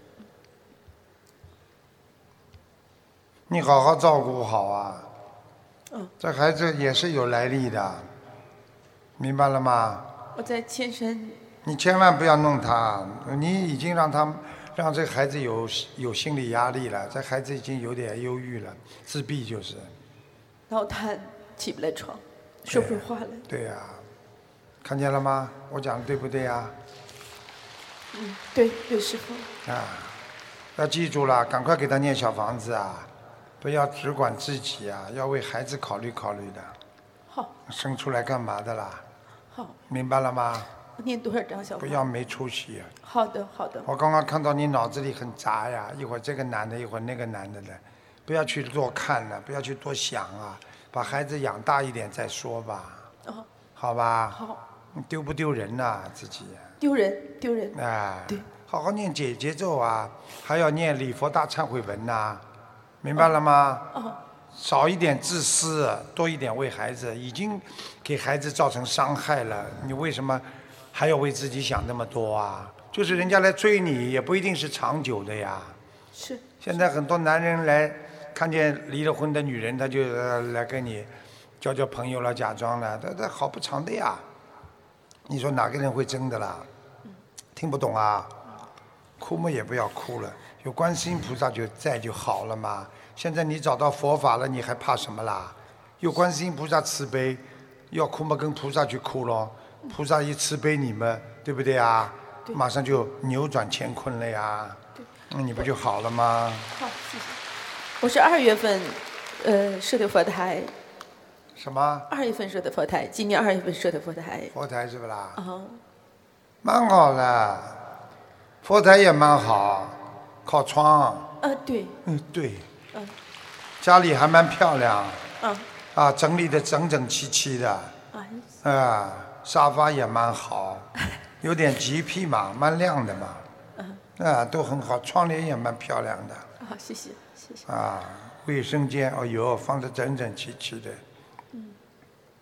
你好好照顾好啊。 嗯。 这孩子也是有来历的，明白了吗？ 我在千山。 你千万不要弄他，你已经让他让这个孩子有有心理压力了，这孩子已经有点忧郁了，自闭就是。 脑瘫，起不来床，说不出话来。 对呀、啊。看见了吗？我讲的对不对呀？ 嗯，对对，师父。 啊，要记住了，赶快给他念小房子啊！不要只管自己啊，要为孩子考虑考虑的。 好。 生出来干嘛的啦？ 好。 明白了吗？ 念多少张小房子？ 不要没出息啊！ 好的，好的。 我刚刚看到你脑子里很杂呀，一会儿这个男的，一会儿那个男的的，不要去多看了，不要去多想啊，把孩子养大一点再说吧。 哦。 好吧。 好。 丢不丢人呐、啊？自己丢人，丢人。 哎， 对， 好好念解结咒啊，还要念礼佛大忏悔文呐、啊，明白了吗？ 哦。 少一点自私，多一点为孩子，已经给孩子造成伤害了，你为什么还要为自己想那么多啊？就是人家来追你，也不一定是长久的呀。 是。 现在很多男人来看见离了婚的女人，他就呃来跟你交交朋友了，假装了，他他好不长的呀。你说哪个人会真的啦？听不懂啊？哭嘛也不要哭了，有观世音菩萨就在就好了嘛。现在你找到佛法了，你还怕什么啦？有观世音菩萨慈悲，要哭嘛跟菩萨去哭咯。菩萨一慈悲你们，对不对啊？马上就扭转乾坤了呀。那你不就好了吗？ 好，谢谢。我是二月份，呃，设的佛台。 什么？ 二月份设的佛台，今年二月份设的佛台。 佛台是不啦？ 啊、哦。 蛮好的，佛台也蛮好，靠窗。 呃，对。 嗯，对。 嗯。 家里还蛮漂亮。 嗯。 啊，整理的整整齐齐的。啊。啊，沙发也蛮好，有点洁癖嘛，蛮亮的嘛。嗯。啊，都很好，窗帘也蛮漂亮的。 好，谢谢，谢谢。 啊，卫生间，哦哟，放得整整齐齐的。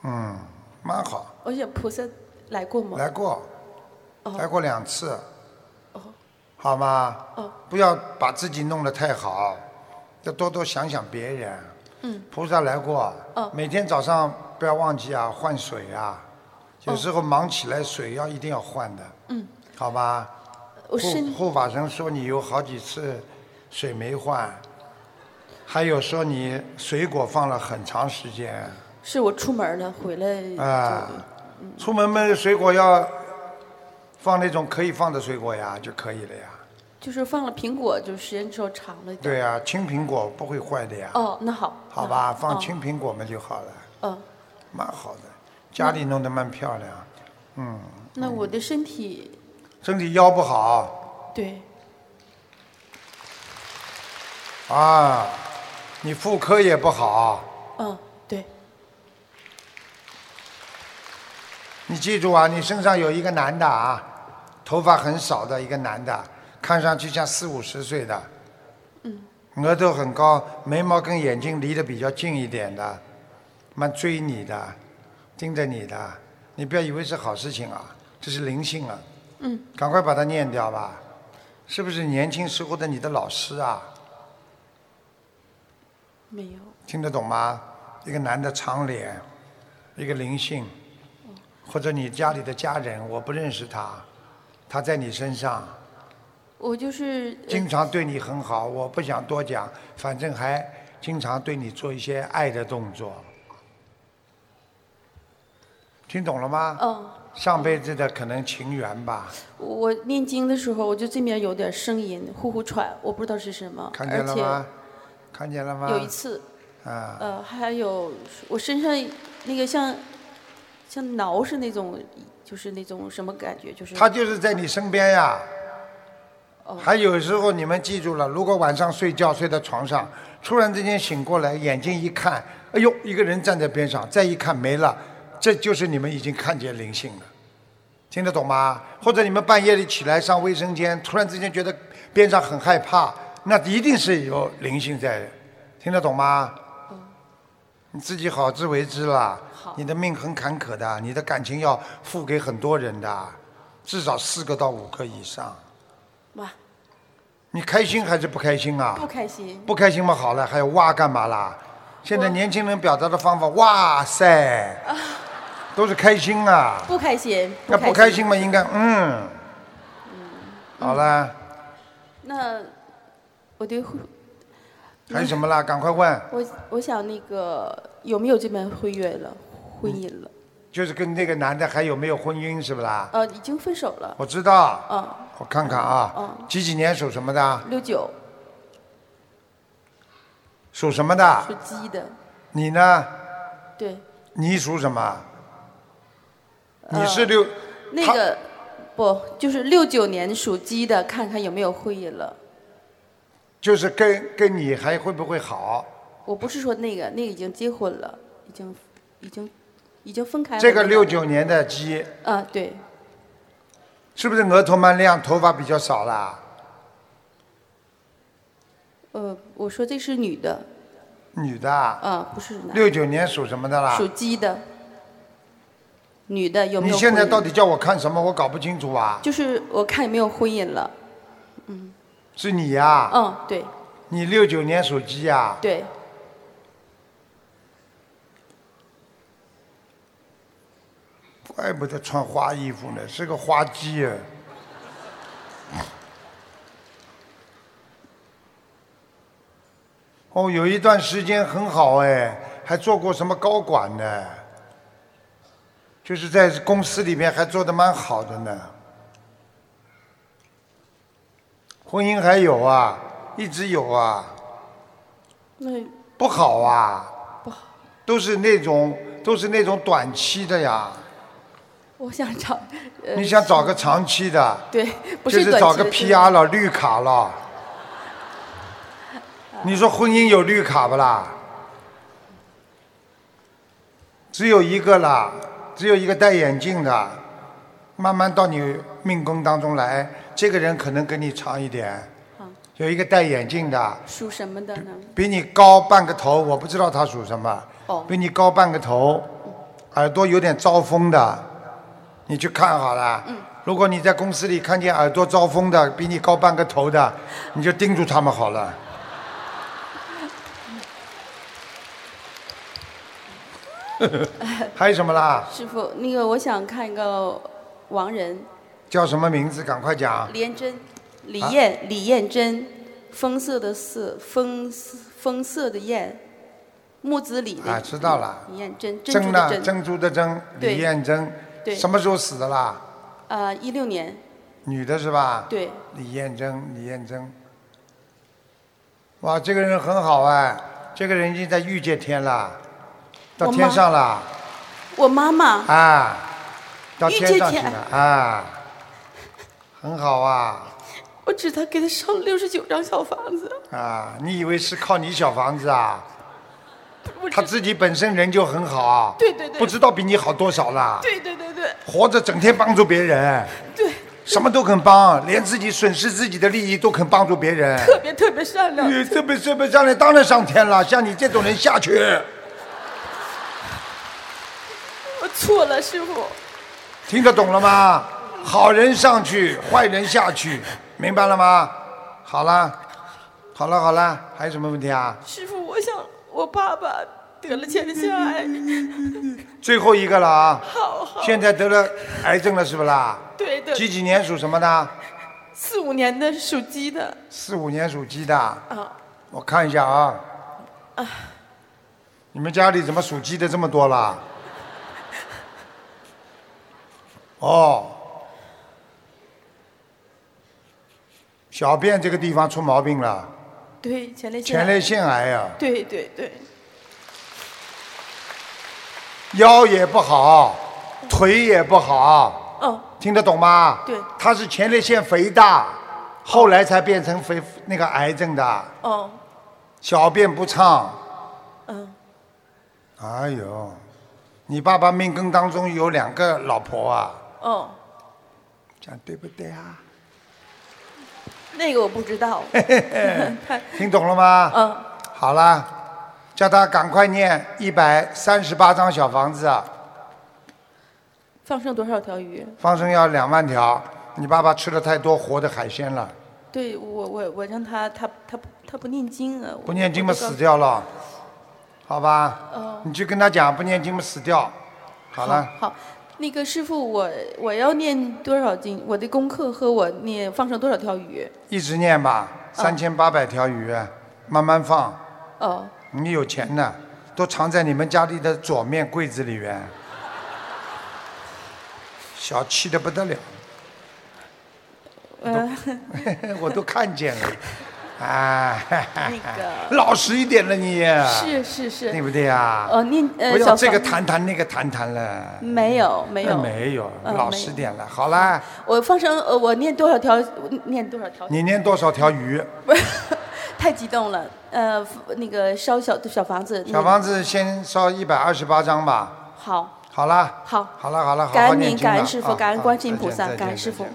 嗯，蛮好。 我想菩萨来过吗？ 来过， 哦、 来过两次。 哦。 好吗？ 哦。 不要把自己弄得太好，要多多想想别人。 嗯。 菩萨来过。 哦。 每天早上不要忘记啊，换水啊。有时候忙起来，水要一定要换的。 嗯。 好吧。 我护护法神说你有好几次水没换，还有说你水果放了很长时间。 是我出门了，回来。 啊。 嗯、 出门嘛，水果要放那种可以放的水果呀，就可以了呀。 就是放了苹果，就时间稍长了一点。 对呀、啊，青苹果不会坏的呀。 哦，那好。 好吧，放青苹果嘛就好了。 嗯。 蛮好的，家里弄得蛮漂亮。嗯。 那我的身体。 身体腰不好。 对。 啊，你妇科也不好。 嗯，对。 你记住啊，你身上有一个男的啊，头发很少的一个男的，看上去像四五十岁的。 嗯。 额头很高，眉毛跟眼睛离得比较近一点的，蛮追你的，盯着你的，你不要以为是好事情啊，这是灵性啊。 嗯。 赶快把它念掉吧，是不是年轻时候的你的老师啊？ 没有。 听得懂吗？一个男的长脸，一个灵性。或者你家里的家人，我不认识他，他在你身上。 我就是。 经常对你很好，我不想多讲，反正还经常对你做一些爱的动作。听懂了吗？ 嗯。 上辈子的可能情缘吧。 我念经的时候，我就这边有点声音，呼呼喘，我不知道是什么。 看见了吗？看见了吗？ 有一次。 啊。 呃，还有我身上那个像。像挠是那种，就是那种什么感觉？就是他就是在你身边呀。 哦。 还有时候你们记住了，如果晚上睡觉睡在床上，突然之间醒过来，眼睛一看，哎呦，一个人站在边上，再一看没了，这就是你们已经看见灵性了，听得懂吗？或者你们半夜里起来上卫生间，突然之间觉得边上很害怕，那一定是有灵性在，听得懂吗？你自己好自为之了。你的命很坎坷的，你的感情要付给很多人的，至少四个到五个以上。 哇！ 你开心还是不开心啊？ 不开心。 不开心嘛，好了，还要哇干嘛啦？现在年轻人表达的方法，哇塞，啊、都是开心啊。 不开心。 那不开心嘛，应该嗯。 嗯。 好了。 那我对。 还有什么啦？赶快问。 我我想那个有没有这门婚约了，婚姻了？ 就是跟那个男的还有没有婚姻是不啦？ 呃，已经分手了。 我知道。 嗯。 我看看啊。 嗯。 几几年属什么的？ 六九。 属什么的？ 属鸡的。 你呢？ 对。 你属什么？你是六。 呃、那个不就是六九年属鸡的，看看有没有婚姻了。 就是跟跟你还会不会好？ 我不是说那个，那个已经结婚了，已经，已经，已经分开了。 这个六九年的鸡。 啊，对。 是不是额头蛮亮，头发比较少啦？ 呃，我说这是女的。 女的啊？ 啊，不是男的。 六九年属什么的啦？ 属鸡的。女的有没有？ 你现在到底叫我看什么？我搞不清楚啊。 就是我看有没有婚姻了，嗯。 是你呀？ 嗯，对。 你六九年属鸡呀？ 对。 怪不得穿花衣服呢，是个花鸡啊。哦，有一段时间很好哎，还做过什么高管呢？就是在公司里面还做得蛮好的呢。婚姻还有啊，一直有啊。 那不好啊。 不好。 都是那种都是那种短期的呀。 我想找。呃、 你想找个长期的？ 对，不是短期的。 就是找个 P R 了，绿卡了。你说婚姻有绿卡不啦？只有一个啦，只有一个戴眼镜的，慢慢到你命宫当中来，这个人可能跟你长一点。有一个戴眼镜的。 属什么的呢？ 比你高半个头，我不知道他属什么。 哦。 比你高半个头， 耳朵有点招风的，你去看好了。 嗯。 如果你在公司里看见耳朵招风的，比你高半个头的，你就盯住他们好了。还有什么啦？ 师傅，那个我想看一个亡人。 叫什么名字？赶快讲。 李艳珍，李艳，啊、李艳珍，风色的色，风风色的艳，木子李的。 啊，知道了。 李艳珍， 珍珠的珍， 珍珠的珍，李艳珍。 对。 什么时候死的啦？ 呃，一六年。 女的是吧？ 对。 李艳珍，李艳珍。哇，这个人很好哎，这个人已经在御界天了。到天上了， 我妈妈啊，到天上去了啊，很好啊。 我指他给他烧了六十九张小房子。 啊，你以为是靠你小房子啊？他自己本身人就很好啊。 对对对。 不知道比你好多少啦。 对对对对。 活着整天帮助别人。 对。 什么都肯帮，连自己损失自己的利益都肯帮助别人。 特别特别善良。 特别特别善良，当然上天了。像你这种人下去。 我错了，师傅。 听得懂了吗？好人上去，坏人下去，明白了吗？好了，好了，好了，还有什么问题啊？ 师傅，我想我爸爸得了前列腺癌。 最后一个了啊！ 好好。 现在得了癌症了，是不是啦？ 对的。 几几年属什么的？ 四五年的属鸡的。 四五年属鸡的。啊。 我看一下啊。 啊。 你们家里怎么属鸡的这么多了？哦，小便这个地方出毛病了。 对，前列腺。 前列腺癌呀、啊。 对对对。 腰也不好，腿也不好。 哦。 听得懂吗？ 对。 他是前列腺肥大，后来才变成肥那个癌症的。 哦。 小便不畅。 嗯。 哎呦，你爸爸命根当中有两个老婆啊。 哦， 这样对不对啊？ 那个我不知道。 听懂了吗？ 嗯。 好了，叫他赶快念一百三十八张小房子。 放生多少条鱼？ 放生要两万条。你爸爸吃了太多活的海鲜了。 对，我我我让他他他他不念经啊。 不念经嘛死掉了，好吧？ 哦。 你去跟他讲，不念经嘛死掉。好了。 好。好那个师傅，我我要念多少经？我的功课和我念放生多少条鱼？ 一直念吧，三千八百条鱼，哦、慢慢放。 哦。 你有钱呢，都藏在你们家里的左面柜子里边，小气的不得了。 嗯。 我都看见了。啊， 那个老实一点了你。 是是是， 对不对啊？ 哦，念呃， 不要这个谈谈那个谈谈了。 没有没有没有，老实点了。好啦。 我放生呃，我念多少条？念多少条？ 你念多少条鱼？ 不是，太激动了。呃，那个烧小小房子。 小房子先烧一百二十八张吧。 好。 好啦。 好。 好了好了，好感恩您， 好念经了。 感恩师傅，感恩观世音啊菩萨， 再见感恩师傅。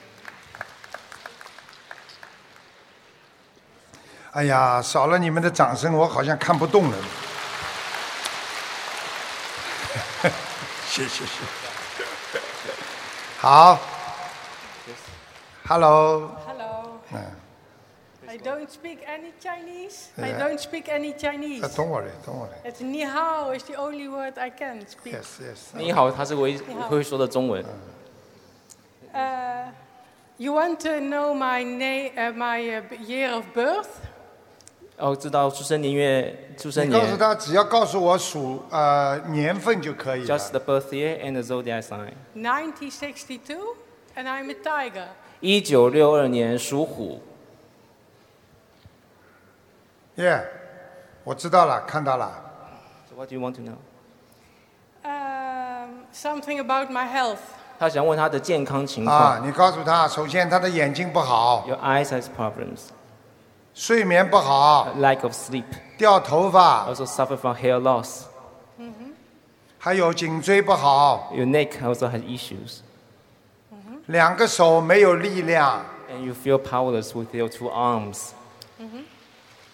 哎呀，少了你们的掌声，我好像看不动了。谢谢谢。好。Hello。 Hello. 嗯。 I don't speak any Chinese. Yeah. I don't speak any Chinese. Uh, don't worry, don't worry. It's ni hao is the only word I can speak. Yes, yes. 你好，他是唯一会说的中文。 Uh, you want to know my name, uh, my uh, year of birth? 哦，知道出生年月、出生你告诉年。 他，只要告诉我属呃年份就可以了。 Just the birth year and the zodiac sign。 nineteen sixty-two, and I'm a tiger. 一九六二年属虎。 Yeah， 我知道了，看到了。 So what do you want to know？ Um, something about my health. 他想问他的健康情况。 啊，你告诉他，首先他的眼睛不好。 Your eyes has problems。 睡眠不好。 Lack of sleep。 掉头发。 Also suffer from hair loss。 还有颈椎不好。 Your neck also has issues。 两个手没有力量。 And you feel powerless with your two arms。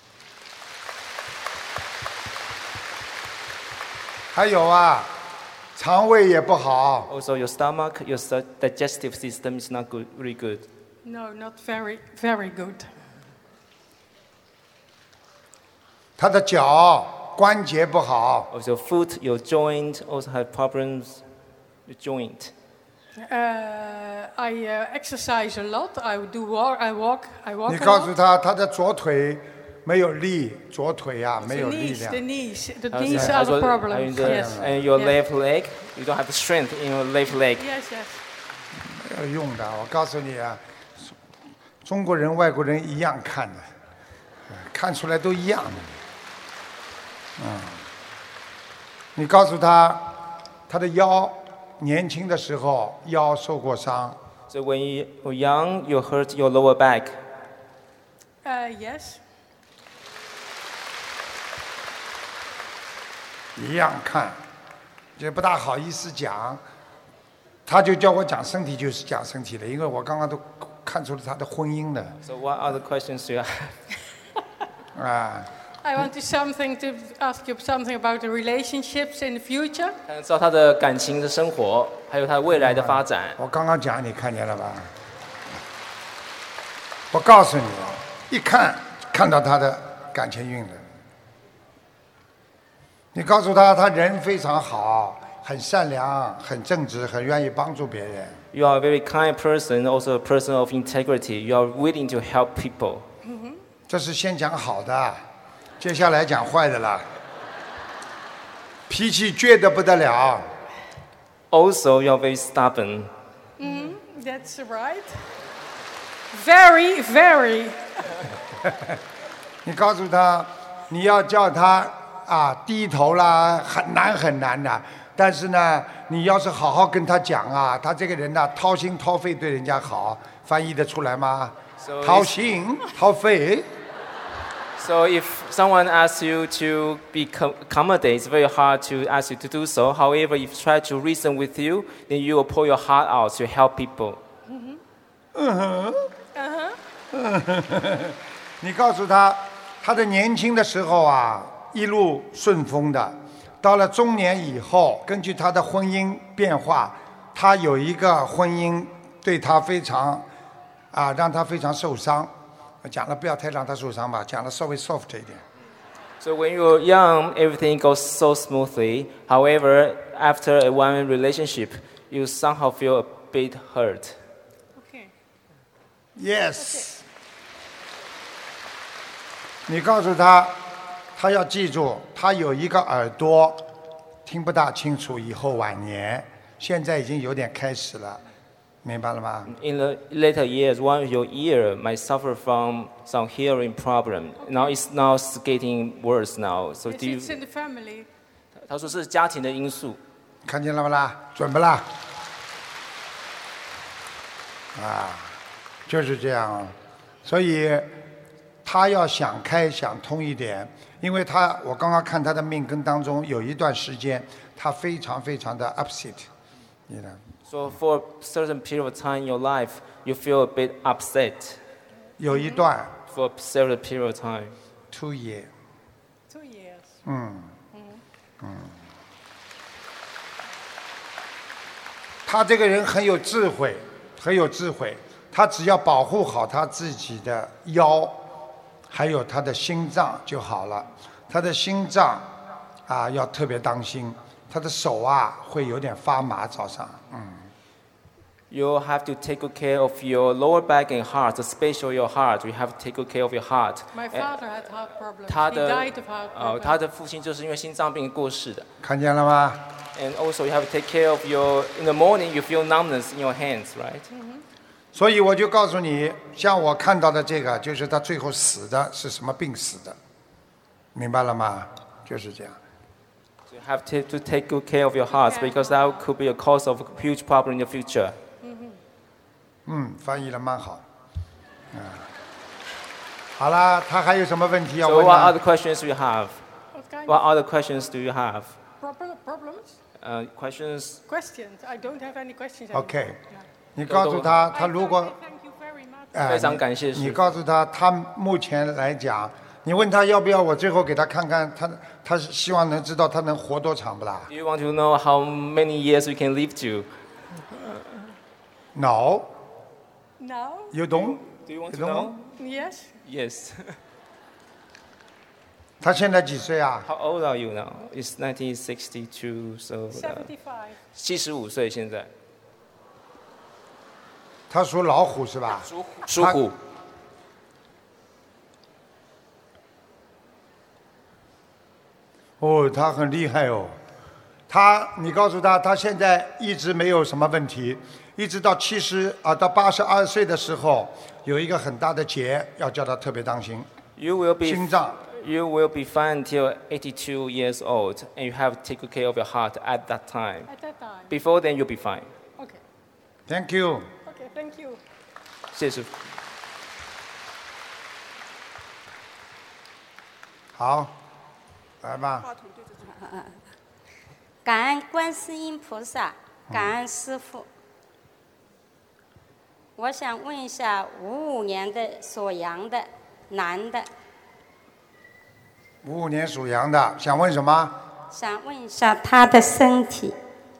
还有啊， 肠胃也不好。 Also, your stomach, your su- digestive system is not good, really good. No, not very, very good. 他的脚关节不好， Also, your foot, your joint also have problems. Your joint. Uh, I uh, exercise a lot. I do walk. I walk. I walk 你 a 告诉 lot. 他，他的左腿没有力，左腿啊没 The 有力 knees, 量 the。knees, the 还有 knees 还 are 有 the 还有 problem. 你的 Yes. and your Yes. left leg, you don't have the strength in your left leg. Yes, yes. 没有用的，我告诉你啊，中国人、外国人一样看的，看出来都一样的。嗯，你告诉他，他的腰年轻的时候腰受过伤， So when you were young, you hurt your lower back. Uh, yes. 一样看，也不大好意思讲。他就叫我讲身体，就是讲身体了，因为我刚刚都看出了他的婚姻了 So what other questions do you have? 啊。 I want to something to ask you something about the relationships in the future. 想知道他的感情的生活，还有他未来的发展。 我刚刚讲，你看见了吧？我告诉你，一看看到他的感情运了。你告诉他，他人非常好，很善良，很正直，很愿意帮助别人。 You are a very kind person, also a person of integrity. You are willing to help people. 这是先讲好的，接下来讲坏的了。脾气倔得不得了。 Also, you are very stubborn. Mm, that's right. Very, very. 你告诉他，你要叫他啊低头啦，很难很难的。但是呢，你要是好好跟他讲啊，他这个人呐、掏心掏肺对人家好，翻译得出来吗？ So 掏 if- 心掏肺。 So if someone asks you to be co- accommodate, it's very hard to ask you to do so. However, if you try to reason with you, then you will pour your heart out to help people. 嗯哼。 Uh-huh. 你告诉他，他的年轻的时候啊，一路顺风的，到了中年以后，根据他的婚姻变化，他有一个婚姻对他非常，啊，让他非常受伤。讲了不要太让他受伤吧，讲了稍微 soft 一点。 So when you're young, everything goes so smoothly. However, after a one relationship, you somehow feel a bit hurt. Okay. Yes。你告诉他，他要记住，他有一个耳朵听不大清楚，以后晚年，现在已经有点开始了，明白了吗？ In the later years, one of your ear might suffer from some hearing problem. Now it's now it's getting worse now. So Yes, do you? it's in the family. 他说是家庭的因素。 看见了不啦？准不啦？啊，就是这样啊。所以他要想开想通一点，因为他我刚刚看他的命根当中有一段时间，他非常非常的 upset， 你呢？ So for a certain period of time in your life, you feel a bit upset. 有一段 For a certain period of time. two year， Two years. 嗯嗯，他这个人很有智慧，很有智慧。他只要保护好他自己的腰，还有他的心脏就好了。他的心脏啊要特别当心，他的手啊会有点发麻，早上，嗯。 You have to take good care of your lower back and heart, especially your heart. You have to take good care of your heart. My And father had heart problems. 他 He 的 died of heart 呃， problems. 他的父亲就是因为心脏病过世的。 看见了吗？ And also you have to take care of your. In the morning, you feel numbness in your hands, right? 所以我就告诉你，像我看到的这个，就是他最后死的是什么病死的，明白了吗？就是这样。 So you have to, to take good care of your hearts because that could be a cause of a huge problem in the future. 嗯，翻译的蛮好。嗯，好啦，他还有什么问题要 So 问 what 吗 other？ questions do you have? What kind What of other questions do you have? problem, problems? Uh, questions? Questions? I don't have any questions. anymore. OK，你告诉他，他如果 Thank you very much. 哎非常感谢师父你告诉他，他目前来讲， 你问他要不要我最后给他看看，他他是希望能知道他能活多长不啦 Do you want to know how many years we can live to? ？No. No? You don't? Do you want You to don't know? Yes? Yes. 他现在几岁啊？ How old are you now? It's nineteen sixty-two, so. seventy-five. 七十五岁现在。 他属老虎是吧？ 属属虎。 哦，他很厉害哦。他，你告诉他，他现在一直没有什么问题，一直到七十啊，到八十二岁的时候，有一个很大的结，要叫他特别当心。 You will be 心脏。 You will be fine until eighty-two years old, and you have to take good care of your heart at that time. At that time. Before then, you'll be fine. Okay. Thank you. Okay, thank you. 谢谢师傅。 好，来吧。 感恩观世音菩萨，感恩师父。我想问一下，五五年的属羊的男的， 五五年属羊的，想问什么？ 想问一下他的身体。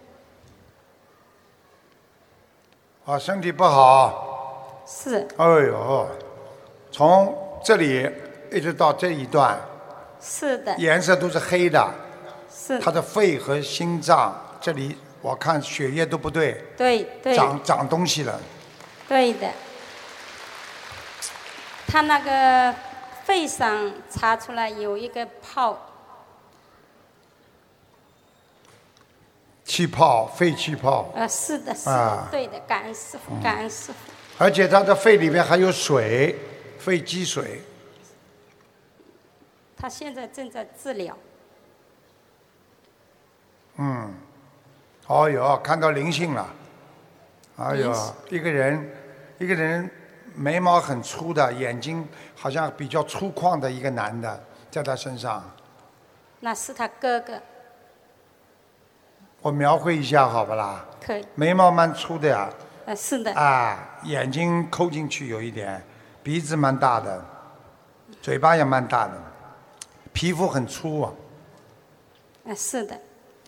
啊，身体不好。 是。 哎呦，从这里一直到这一段。 是的。 颜色都是黑的。 是。 他的肺和心脏这里，我看血液都不对。 对对。 长长东西了。 对的。他那个肺上查出来有一个泡。 气泡，肺气泡。 呃，是的，是的， 啊、 对的，感恩师傅，感恩师傅。 而且他的肺里面还有水，肺积水。 他现在正在治疗。 嗯，哦哟，看到灵性了。哎呦，一个人，一个人眉毛很粗的，眼睛好像比较粗犷的一个男的，在他身上。 那是他哥哥。 我描绘一下好不啦？ 可以。 眉毛蛮粗的呀。 呃，是的。 啊，眼睛抠进去有一点，鼻子蛮大的，嘴巴也蛮大的，皮肤很粗啊。 呃，是的。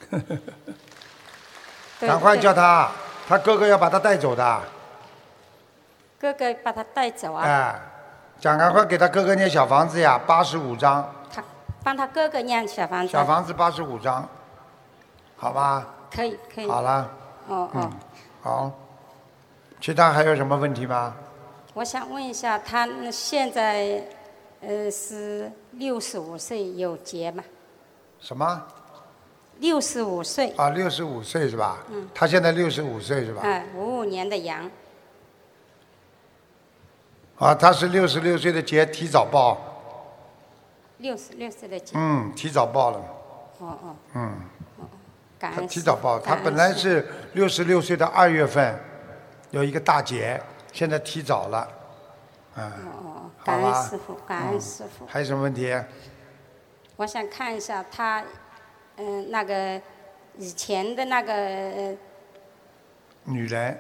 赶快叫他，他哥哥要把他带走的。 哥哥把他带走啊！ 哎，讲赶快给他哥哥念小房子呀，八十五章。 他帮他哥哥念小房子。 小房子八十五章。好吧。 可以可以。 好了。 哦哦。 嗯，好。其他还有什么问题吗？ 我想问一下，他现在呃是六十五岁有结吗？ 什么？ 六十五岁。 啊，六十五岁是吧？ 嗯。 他现在六十五岁是吧？ 哎，五五年的羊。 啊，他是六十六岁的节提早报。 六十六岁的节。 嗯，提早报了。 哦哦。 嗯。 感恩。 他提早报，他本来是六十六岁的二月份有一个大节，现在提早了。嗯。 哦哦，感恩师傅，感恩师傅。 还有什么问题？ 我想看一下他，嗯、呃，那个以前的那个。呃、 女人。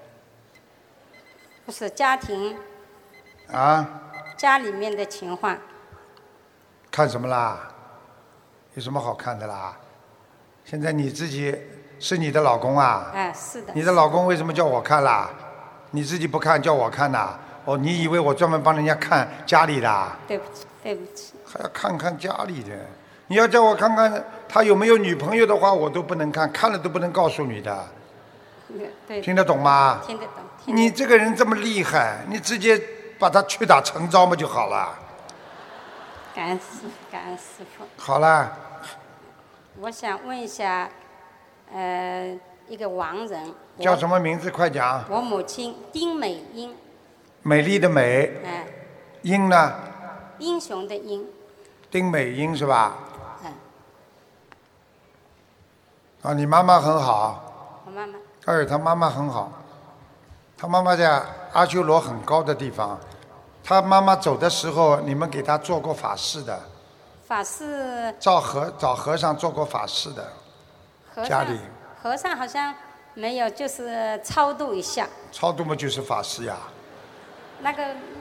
不是家庭。 啊。 家里面的情况。 看什么啦？有什么好看的啦？现在你自己是你的老公啊？ 哎，是的。 你的老公为什么叫我看啦？你自己不看，叫我看呐？哦，你以为我专门帮人家看家里的？ 对不起，对不起。 还要看看家里的？你要叫我看看他有没有女朋友的话，我都不能看，看了都不能告诉你的。 对。 听得懂吗？ 听得懂。 你这个人这么厉害，你直接把他屈打成招嘛就好了。 感恩师，感恩师傅。 好了。 我想问一下，呃，一个亡人。 叫什么名字？快讲。 我母亲丁美英。 美丽的美。 哎。 英呢？ 英雄的英。 丁美英是吧？ 嗯。 啊，你妈妈很好。 我妈妈。 哎，她妈妈很好。她妈妈在阿修罗很高的地方。她妈妈走的时候，你们给她做过法事的。 法事。 找和找和尚做过法事的。 和尚。 家里。 和尚好像没有，就是超度一下。 超度嘛，就是法事呀。 那个。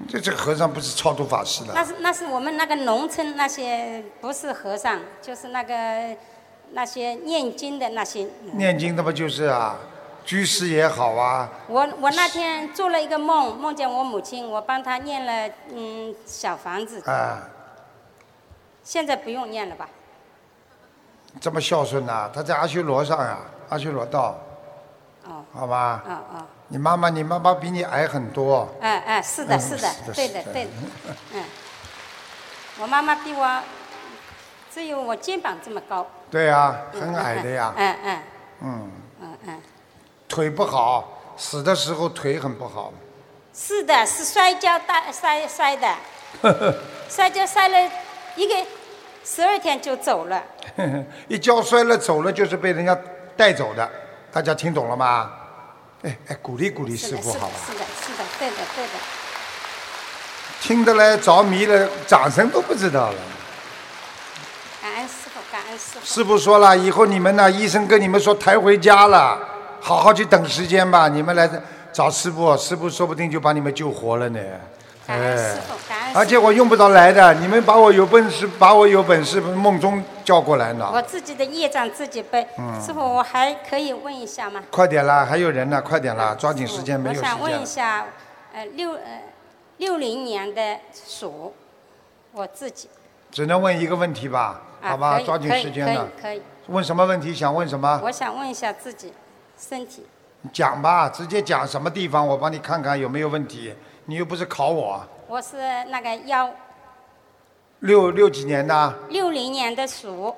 这这个和尚不是超度法师的。 那是那是我们那个农村那些不是和尚，就是那个那些念经的那些。 念经的不就是啊，居士也好啊。 我我那天做了一个梦，梦见我母亲，我帮她念了嗯小房子。 啊。 现在不用念了吧？ 这么孝顺呐、啊，他在阿修罗上呀、啊，阿修罗道。 哦。 好吧。 哦哦。 你妈妈，你妈妈比你矮很多。 哎哎，是的，是的，对的，对的，嗯。我妈妈比我只有我肩膀这么高。 对呀，很矮的呀。 嗯嗯。 嗯。 嗯嗯。 腿不好，死的时候腿很不好。 是的，是摔跤带摔摔的。摔跤摔了一个十二天就走了。 一跤摔了走了，就是被人家带走的，大家听懂了吗？哎哎，鼓励鼓励师傅好吧？ 是的，是的，对的，对的。 听得来着迷了，掌声都不知道了。 感恩师傅，感恩师傅。 师傅说了，以后你们呢，医生跟你们说抬回家了，好好去等时间吧。你们来找师傅，师傅说不定就把你们救活了呢。 感恩师傅，感恩师傅。 而且我用不着来的，你们把我有本事，把我有本事梦中叫过来呢。 我自己的业障自己背。 嗯、 师傅，我还可以问一下吗？ 快点啦，还有人呢，快点啦，抓紧时间，没有时间。 我想问一下，呃，六呃六零年的鼠，我自己。 只能问一个问题吧， 啊、 好吧，抓紧时间了。 可以，可以。 问什么问题？想问什么？ 我想问一下自己身体。 讲吧，直接讲什么地方，我帮你看看有没有问题。你又不是考我。 我是那个腰。 六六几年的？ 六零年的鼠。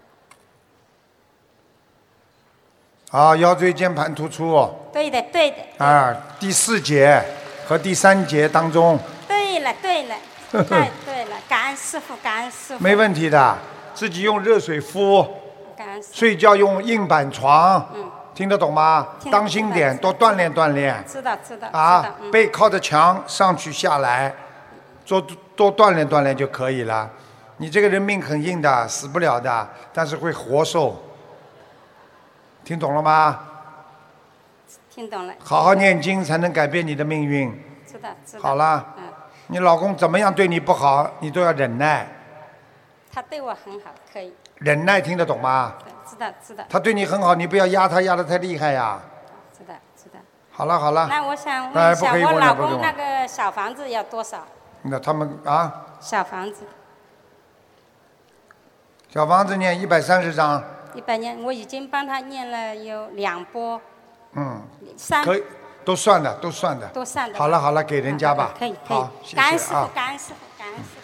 啊，腰椎间盘突出。 对的，对的。 啊，第四节和第三节当中。 对了，对了，太对了，感恩师傅，感恩师傅。 没问题的，自己用热水敷。 感恩师傅。 睡觉用硬板床。 嗯。 听得懂吗？当心点，多锻炼锻炼。 知道知道。 啊，背靠着墙上去下来，多多锻炼锻炼就可以了。你这个人命很硬的，死不了的，但是会活受。听懂了吗？ 听懂了。 好好念经才能改变你的命运。 知道知道。 好了。 嗯。 你老公怎么样对你不好，你都要忍耐。 他对我很好，可以。 忍耐听得懂吗？ 知道知道。 他对你很好，你不要压他压得太厉害呀。 知道知道。 好了好了。 那我想问一下，我老公那个小房子要多少？ 那他们啊？ 小房子。 小房子念一百三十章。 一百年，我已经帮他念了有两波。 嗯。 三。 可以，都算的，都算的。 都算的。 好了好了，给人家吧。 可以可以。 好，谢谢感恩师傅， 啊。 感恩师傅，感恩师傅。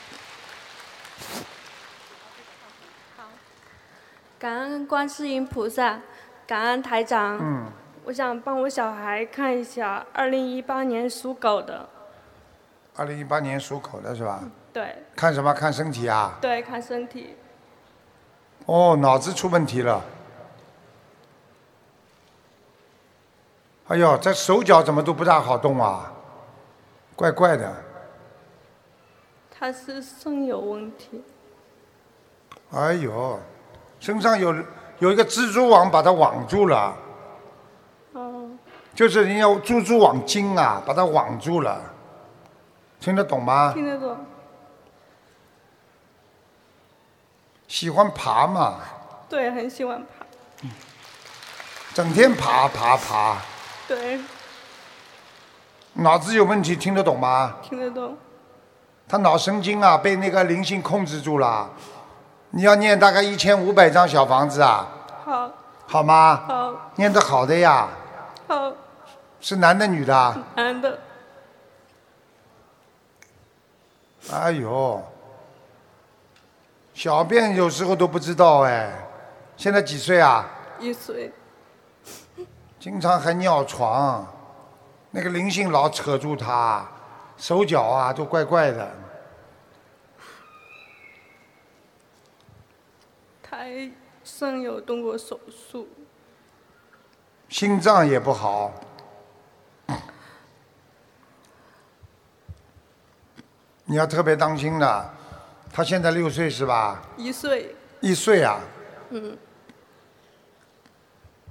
感恩观世音菩萨，感恩台长。 嗯。 我想帮我小孩看一下，二零一八年属狗的。 二零一八年属狗的是吧？ 对。 看什么？看身体啊？ 对，看身体。 哦，脑子出问题了。哎呦，这手脚怎么都不大好动啊？怪怪的。 他是肾有问题。 哎呦。身上有有一个蜘蛛网把它网住了， 哦， 就是人家蜘蛛网精啊，把它网住了，听得懂吗？ 听得懂。 喜欢爬嘛？ 对，很喜欢爬。 嗯。整天爬爬爬。 对。 脑子有问题，听得懂吗？ 听得懂。 他脑神经啊，被那个灵性控制住了。你要念大概一千五百张小房子啊？ 好。 好吗？ 好。 念得好的呀。 好。 是男的女的？ 男的。 哎呦，小便有时候都不知道哎。现在几岁啊？ 一岁。 经常还尿床，那个灵性老扯住他，手脚啊都怪怪的。 他肾有动过手术， 心脏也不好，你要特别当心的。他现在六岁是吧？ 一岁。 一岁啊？ 嗯。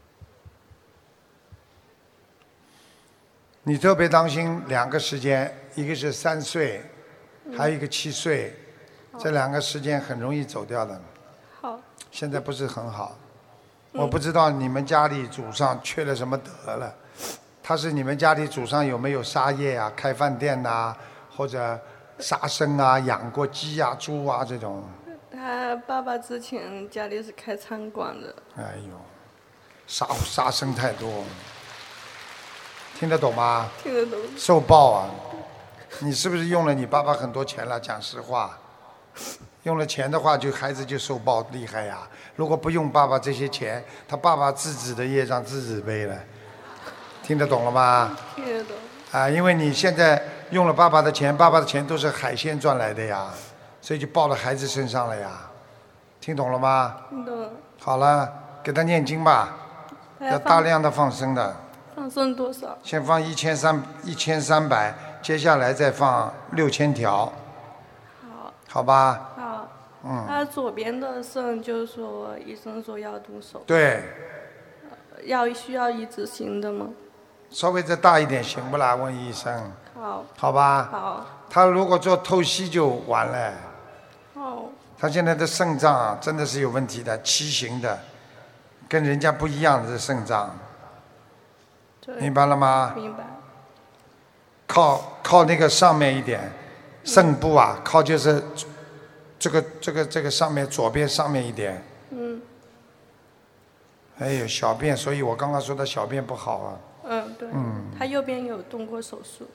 你特别当心两个时间， 一个是三岁，还有一个七岁，这两个时间很容易走掉的。 好。 现在不是很好， 嗯我不知道你们家里祖上缺了什么德了。他是你们家里祖上有没有杀业啊？开饭店呐、或者杀生啊，养过鸡啊、猪啊这种。 他爸爸之前家里是开餐馆的。 哎呦，杀杀生太多，听得懂吗？ 听得懂。 受报啊！你是不是用了你爸爸很多钱了？讲实话，用了钱的话，就孩子就受报厉害呀。如果不用爸爸这些钱，他爸爸自己的业障自己背了。听得懂了吗？ 听得懂。 啊，因为你现在用了爸爸的钱，爸爸的钱都是海鲜赚来的呀，所以就报到孩子身上了呀。听懂了吗？ 听懂了。 好了，给他念经吧，要大量的放生的。 放生多少？ 先放一千三一千三百，接下来再放六千条。 好。 好吧。 好。 嗯。 他左边的肾就是说，医生说要动手。 对。 要需要一直行的吗？ 稍微再大一点行不啦？问医生。 好。 好吧。 好。 他如果做透析就完了。 哦。 他现在的肾脏啊，真的是有问题的，畸形的，跟人家不一样的肾脏。明白了吗？ 明白。 靠靠那个上面一点，肾部啊，靠就是这个这个这个上面左边上面一点。 嗯。 哎呦，小便，所以我刚刚说的小便不好啊。 嗯，对。 嗯。 他右边有动过手术。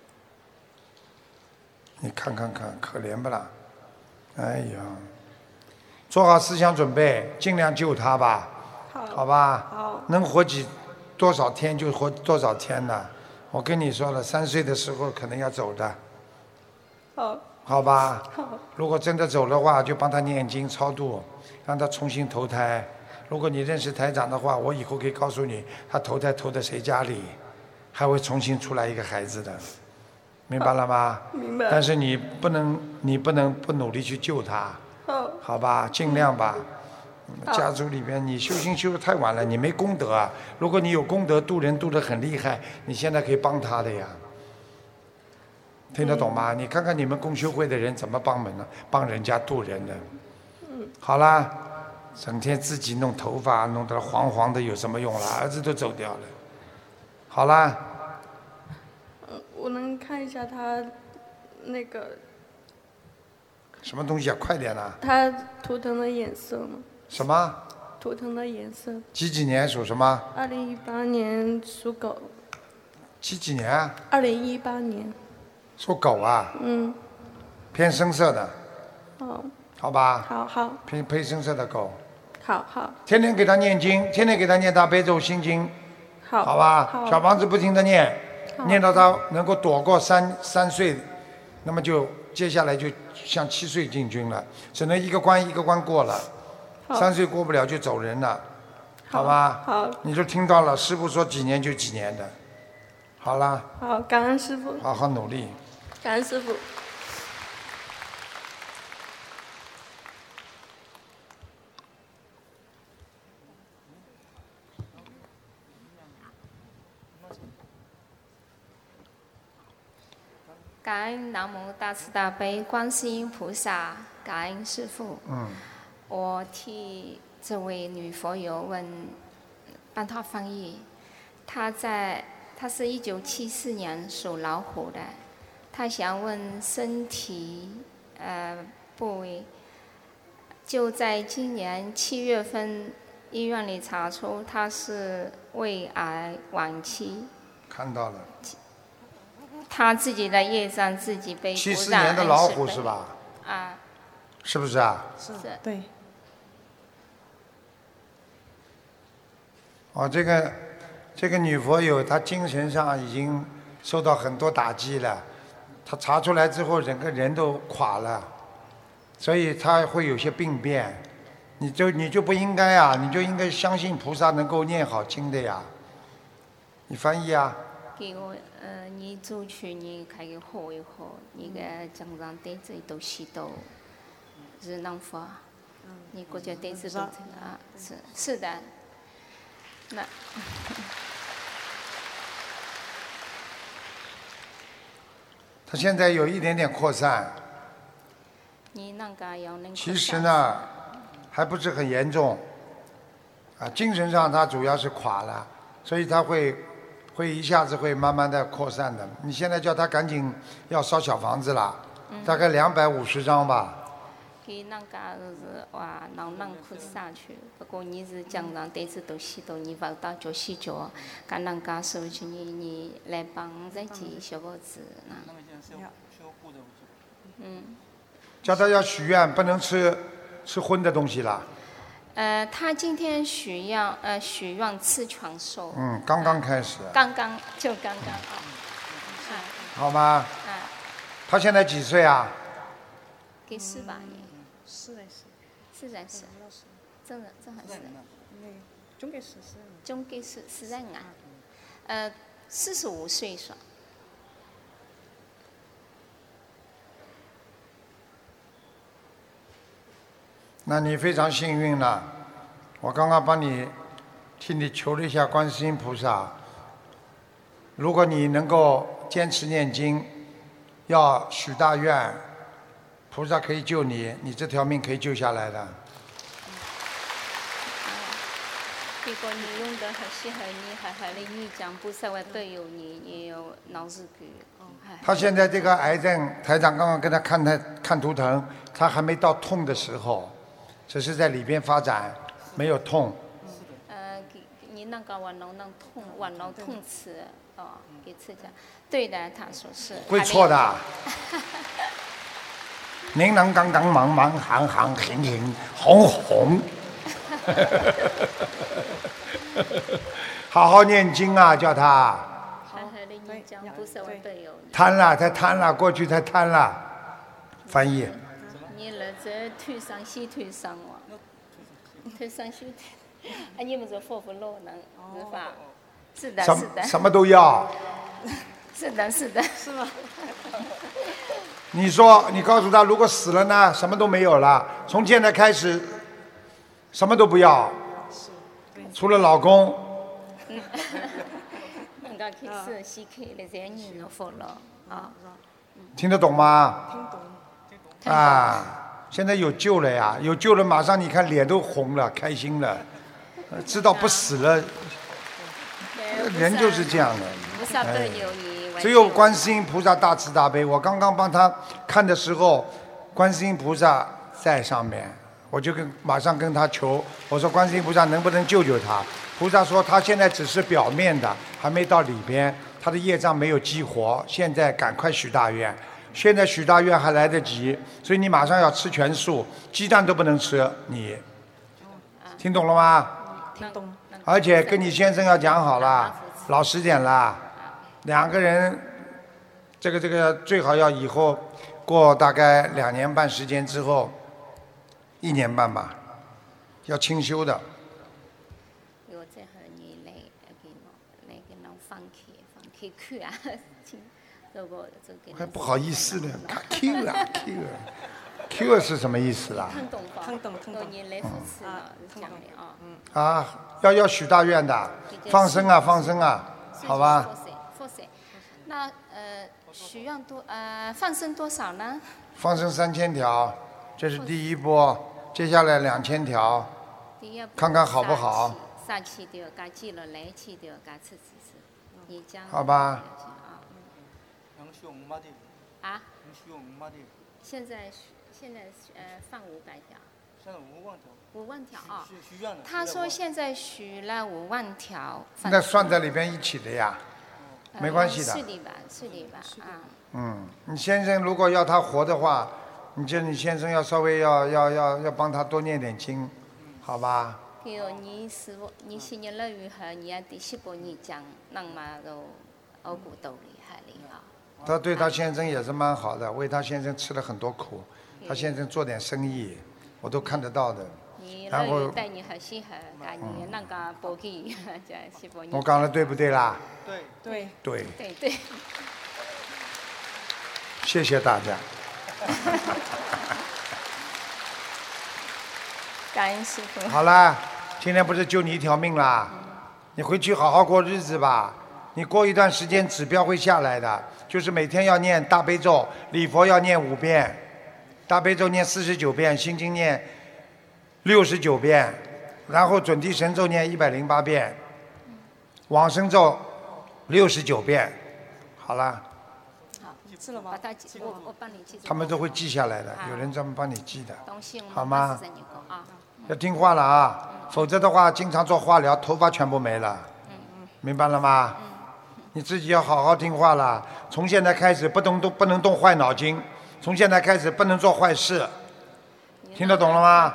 你看看看，可怜不啦？哎呀，做好思想准备，尽量救他吧。 好。 好吧。 好。 能活几多少天就活多少天呢？我跟你说了，三岁的时候可能要走的。 好。 好吧。 好。 如果真的走的话，就帮他念经超度，让他重新投胎。如果你认识台长的话，我以后可以告诉你，他投胎投在谁家里，还会重新出来一个孩子的，明白了吗？ 明白。 但是你不能，你不能不努力去救他， 好。 好吧，尽量吧。 好。 家族里边你修行修得太晚了，你没功德啊。如果你有功德，度人度得很厉害，你现在可以帮他的呀。听得懂吗？你看看你们共修会的人怎么帮忙呢？帮人家度人的。 嗯。 好啦。整天自己弄头发弄得黄黄的有什么用了？儿子都走掉了。好啦。 嗯，我能看一下他那个。 什么东西啊？快点啦！ 他图腾的颜色吗？ 什么？ 图腾的颜色。 几几年属什么？ 二零一八年属狗。 几几年？ 二零一八年。 属狗啊？ 嗯。 偏深色的。 哦。 好吧。 好好。 偏偏深色的狗。 好好。 天天给他念经，天天给他念大悲咒心经。 好。 好吧。 好。 小房子不停的念，念到他能够躲过三三岁，那么就接下来就像七岁进军了，只能一个关一个关过了。三岁过不了就走人了，好吧？ 好。 你就听到了，师父说几年就几年的，好了。 好，感恩师父。 好好努力。 感恩师父。 感恩南无大慈大悲观世音菩萨，感恩师父。 嗯。 我替这位女佛友问，帮她翻译。她在，她是一九七四年属老虎的，她想问身体呃部位，就在今年七月份医院里查出她是胃癌晚期。 看到了。 他自己的业障自己背， 七四年的老虎是吧？ 啊。 是不是啊？ 是。 对。 哦，这个这个女佛友，她精神上已经受到很多打击了，她查出来之后，整个人都垮了，所以她会有些病变。你就你就不应该啊，你就应该相信菩萨能够念好经的呀。你翻译啊。 给我呃，你走去你开个会以后，你个经常对子都吸到是能否？你国家对子都啊，是是的，那啊，， 他现在有一点点扩散，其实呢还不是很严重，啊，精神上他主要是垮了，所以他会会一下子会慢慢的扩散的。你现在叫他赶紧要烧小房子了，大概两百五十张吧。 佢那家就是話能能擴散去，不過你是經常對住到西到你發到就西咗，咁能家收住你你來幫自己小房子呢。嗯。 叫他要許願，不能吃吃荤的東西了。 呃，他今天許願，呃許願吃全素。 嗯，剛剛開始。 剛剛就剛剛啊。 好嗎？ 啊。 他現在幾歲啊？ 幾四八年。四十四，四十四，真的真係四。 中幾四十。 中幾四四十五，呃，四十五歲算。 那你非常幸运了，我刚刚帮你替你求了一下观世音菩萨，如果你能够坚持念经，要许大愿，菩萨可以救你，你这条命可以救下来的。 如果你用的合适合你，合合的意讲，菩萨会保佑你，也有脑子给。 他现在这个癌症，台长刚刚跟他看他看图腾，他还没到痛的时候。只是在里边发展，没有痛。 呃，你那个晚上能痛，晚上痛吃，哦，给吃讲，对的，他说是。 会错的。您能刚刚忙忙行行行行红红。好好念经啊，叫他。贪了，太贪了，过去太贪了。翻译。 你儿子推上西推上我，推上西推，啊，你们说佛不漏能是吧？是的，是的。 什么都要。 是的，是的。是吗？ 你说，你告诉他，如果死了呢，什么都没有了，从现在开始，什么都不要，除了老公。 人家去死西去了，这人了佛了啊。 听得懂吗？ 听懂。 啊，现在有救了呀！有救了，马上你看脸都红了，开心了，知道不死了。人就是这样的。哎、只有观世音菩萨大慈大悲。我刚刚帮他看的时候，观世音菩萨在上面，我就跟马上跟他求，我说观世音菩萨能不能救救他？菩萨说他现在只是表面的，还没到里边，他的业障没有激活，现在赶快许大愿。现在许大愿还来得及，所以你马上要吃全素，鸡蛋都不能吃。你听懂了吗？ 听懂。 而且跟你先生要讲好了，老实点啦。两个人，这个这个最好要以后过大概两年半时间之后，一年半吧，要清修的。 我再和你来给我来给侬放开放开去啊！ 还不好意思呢 ，Q 啊 Q 啊 ，Q 是什么意思啦？ 听懂吧？ 听懂听懂。 啊，要要许大愿的，放生啊放生啊，好吧？ 那呃，许愿多呃放生多少呢？ 放生三千条，这是第一波，接下来两千条，看看好不好？ 杀气的，该记了来气的，该吃吃吃，你讲。 好吧。 啊？现在现在呃放五百条。现在五万条。五万条啊！他说现在许了五万条。 那算在里边一起的呀，没关系的。 是的吧？是的吧？啊。 嗯，你先生如果要他活的话，你就你先生要稍微要要要要帮他多念点经，好吧？ 给我你是我你生日了以后，你要第十八年讲，那么都熬过道理还厉害。 他对他先生也是蛮好的，为他先生吃了很多苦。他先生做点生意，我都看得到的。然后，我讲的对不对啦？ 对对对对对。 谢谢大家。 感恩师父。 好啦，今天不是救你一条命啦，你回去好好过日子吧。 你过一段时间指标会下来的，就是每天要念大悲咒，礼佛要念五遍，大悲咒念四十九遍，心经念六十九遍，然后准提神咒念一百零八遍，往生咒六十九遍，好了。 好，记了吗？把它记，我我帮你记住。 他们都会记下来的，有人专门帮你记的，好吗？ 啊， 要听话了啊，否则的话，经常做化疗，头发全部没了。明白了吗？你自己要好好听话了。从现在开始，不能动，不能动坏脑筋。从现在开始，不能做坏事。听得懂了吗？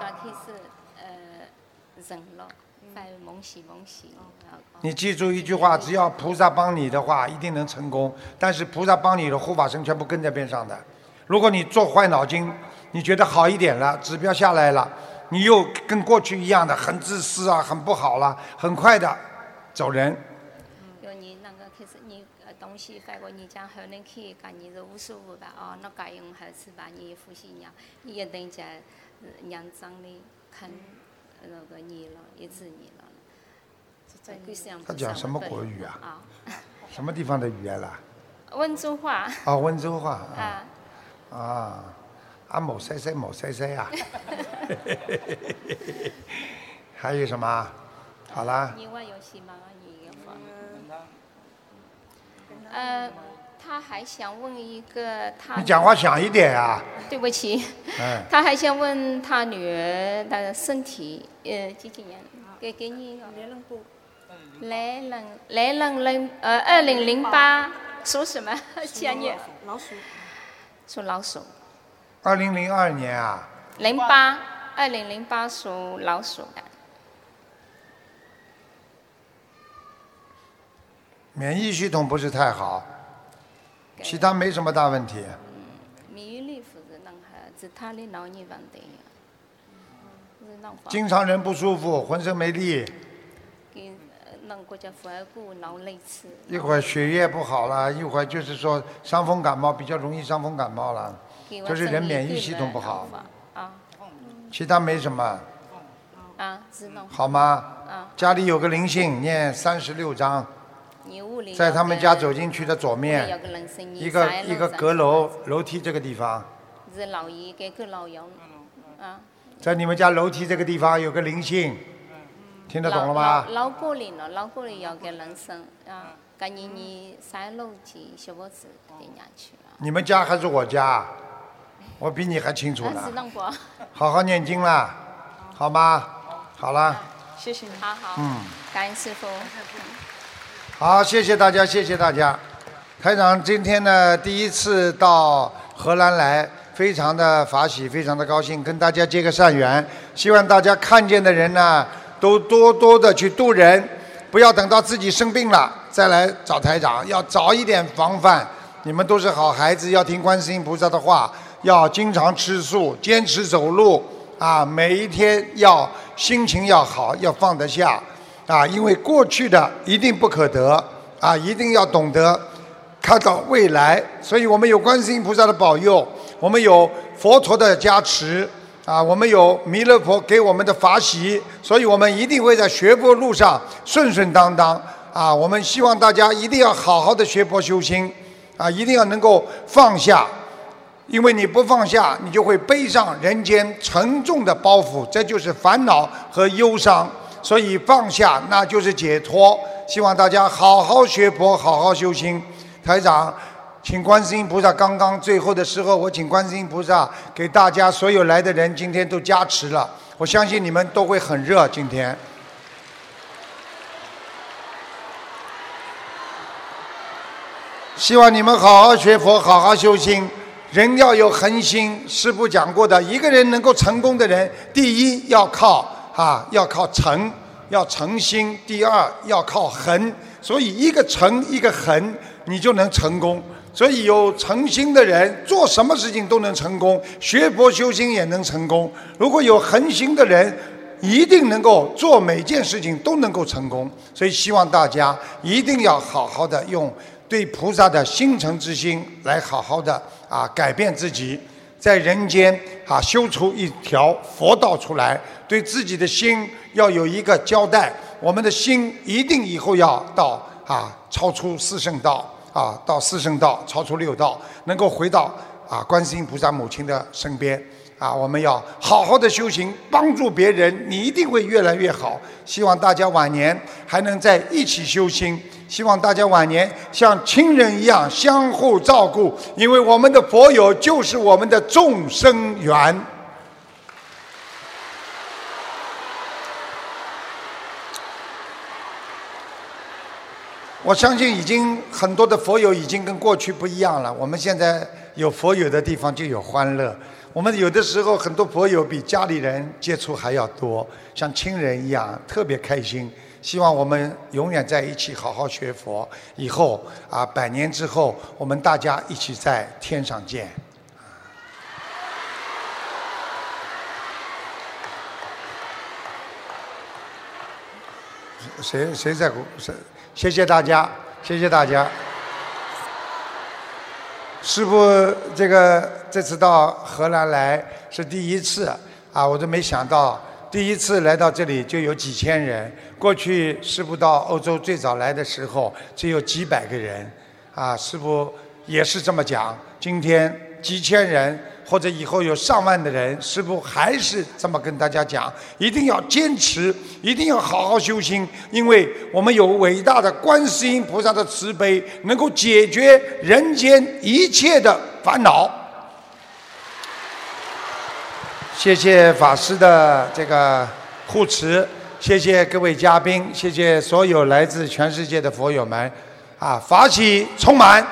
你记住一句话：只要菩萨帮你的话，一定能成功。但是菩萨帮你的护法神全部跟在边上的。如果你做坏脑筋，你觉得好一点了，指标下来了，你又跟过去一样的很自私啊，很不好了，很快的走人。 你那个其实你东西发过你讲后能去，干你就无所谓吧啊，那该用还是把你复习一样，你一定在两张的看那个你了，一直你了。 他讲什么国语啊？什么地方的语言啦？ 温州话。 哦，温州话啊。 啊，啊，某谁谁某谁谁啊。还有什么？好啦。 你玩游戏吗？你呃，他还想问一个他。 你讲话响一点啊。 对不起。 嗯。 他还想问他女儿的身体，呃，几几年？给给你一个。来零来零零呃二零零八属什么？前年老鼠。 属老鼠。 二零零二年啊。 零八二零零八属老鼠的。 免疫系统不是太好，其他没什么大问题。 免疫力不是能好，是他的脑年问题。 经常人不舒服，浑身没力。一会儿血液不好了，一会儿就是说伤风感冒，比较容易伤风感冒了，就是人免疫系统不好。其他没什么。好吗？家里有个灵性，念三十六章。在他们家走进去的左面，一个一个阁楼楼梯这个地方。在你们家楼梯这个地方有个灵性，听得懂了吗？ 老过年了，老过年要给人生啊！赶紧你三楼去小房子给人家去了。 你们家还是我家？我比你还清楚呢。好好念经啦，好吗？好了。 谢谢你。 好好。 嗯。 感恩师父。 好，谢谢大家，谢谢大家。台长今天呢第一次到荷兰来，非常的法喜，非常的高兴，跟大家结个善缘。希望大家看见的人呢，都多多的去度人，不要等到自己生病了再来找台长，要早一点防范。你们都是好孩子，要听观世音菩萨的话，要经常吃素，坚持走路啊，每一天要心情要好，要放得下。啊，因为过去的一定不可得啊，一定要懂得看到未来。所以我们有观世音菩萨的保佑，我们有佛陀的加持啊，我们有弥勒佛给我们的法喜，所以我们一定会在学佛路上顺顺当当啊。我们希望大家一定要好好的学佛修心啊，一定要能够放下，因为你不放下，你就会背上人间沉重的包袱，这就是烦恼和忧伤。所以放下那就是解脱，希望大家好好学佛，好好修心。台长请观世音菩萨，刚刚最后的时候我请观世音菩萨给大家所有来的人今天都加持了，我相信你们都会很热今天。希望你们好好学佛，好好修心。人要有恒心，师父讲过的，一个人能够成功的人，第一要靠啊，要靠诚，要诚心；第二要靠恒，所以一个诚，一个恒，你就能成功。所以有诚心的人，做什么事情都能成功，学佛修心也能成功。如果有恒心的人，一定能够做每件事情都能够成功。所以希望大家一定要好好的用对菩萨的心诚之心来好好的啊改变自己，在人间啊修出一条佛道出来，对自己的心要有一个交代。我们的心一定以后要到啊超出四圣道啊，到四圣道超出六道，能够回到啊观世音菩萨母亲的身边啊。我们要好好的修行，帮助别人，你一定会越来越好。希望大家晚年还能在一起修心，希望大家晚年像亲人一样相互照顾，因为我们的佛友就是我们的众生缘。我相信已经很多的佛友已经跟过去不一样了，我们现在有佛友的地方就有欢乐，我们有的时候很多佛友比家里人接触还要多，像亲人一样特别开心。希望我们永远在一起好好学佛，以后啊百年之后我们大家一起在天上见。谁谁在鼓？谁？谢谢大家，谢谢大家。师父这个这次到荷兰来是第一次啊，我都没想到，第一次来到这里就有几千人。过去师父到欧洲最早来的时候只有几百个人，啊，师父也是这么讲。今天几千人，或者以后有上万的人，师父还是这么跟大家讲，一定要坚持，一定要好好修心，因为我们有伟大的观世音菩萨的慈悲，能够解决人间一切的烦恼。谢谢法师的这个护持，谢谢各位嘉宾，谢谢所有来自全世界的佛友们，啊，法喜充满。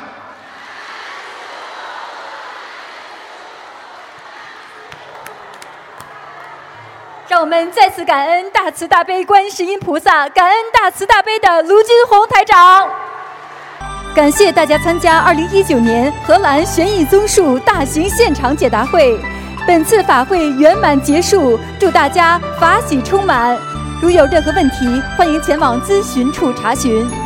让我们再次感恩大慈大悲观世音菩萨，感恩大慈大悲的卢军宏台长。感谢大家参加二零一九年荷兰悬疑综述大型现场解答会。本次法会圆满结束，祝大家法喜充满。如有任何问题，欢迎前往咨询处查询。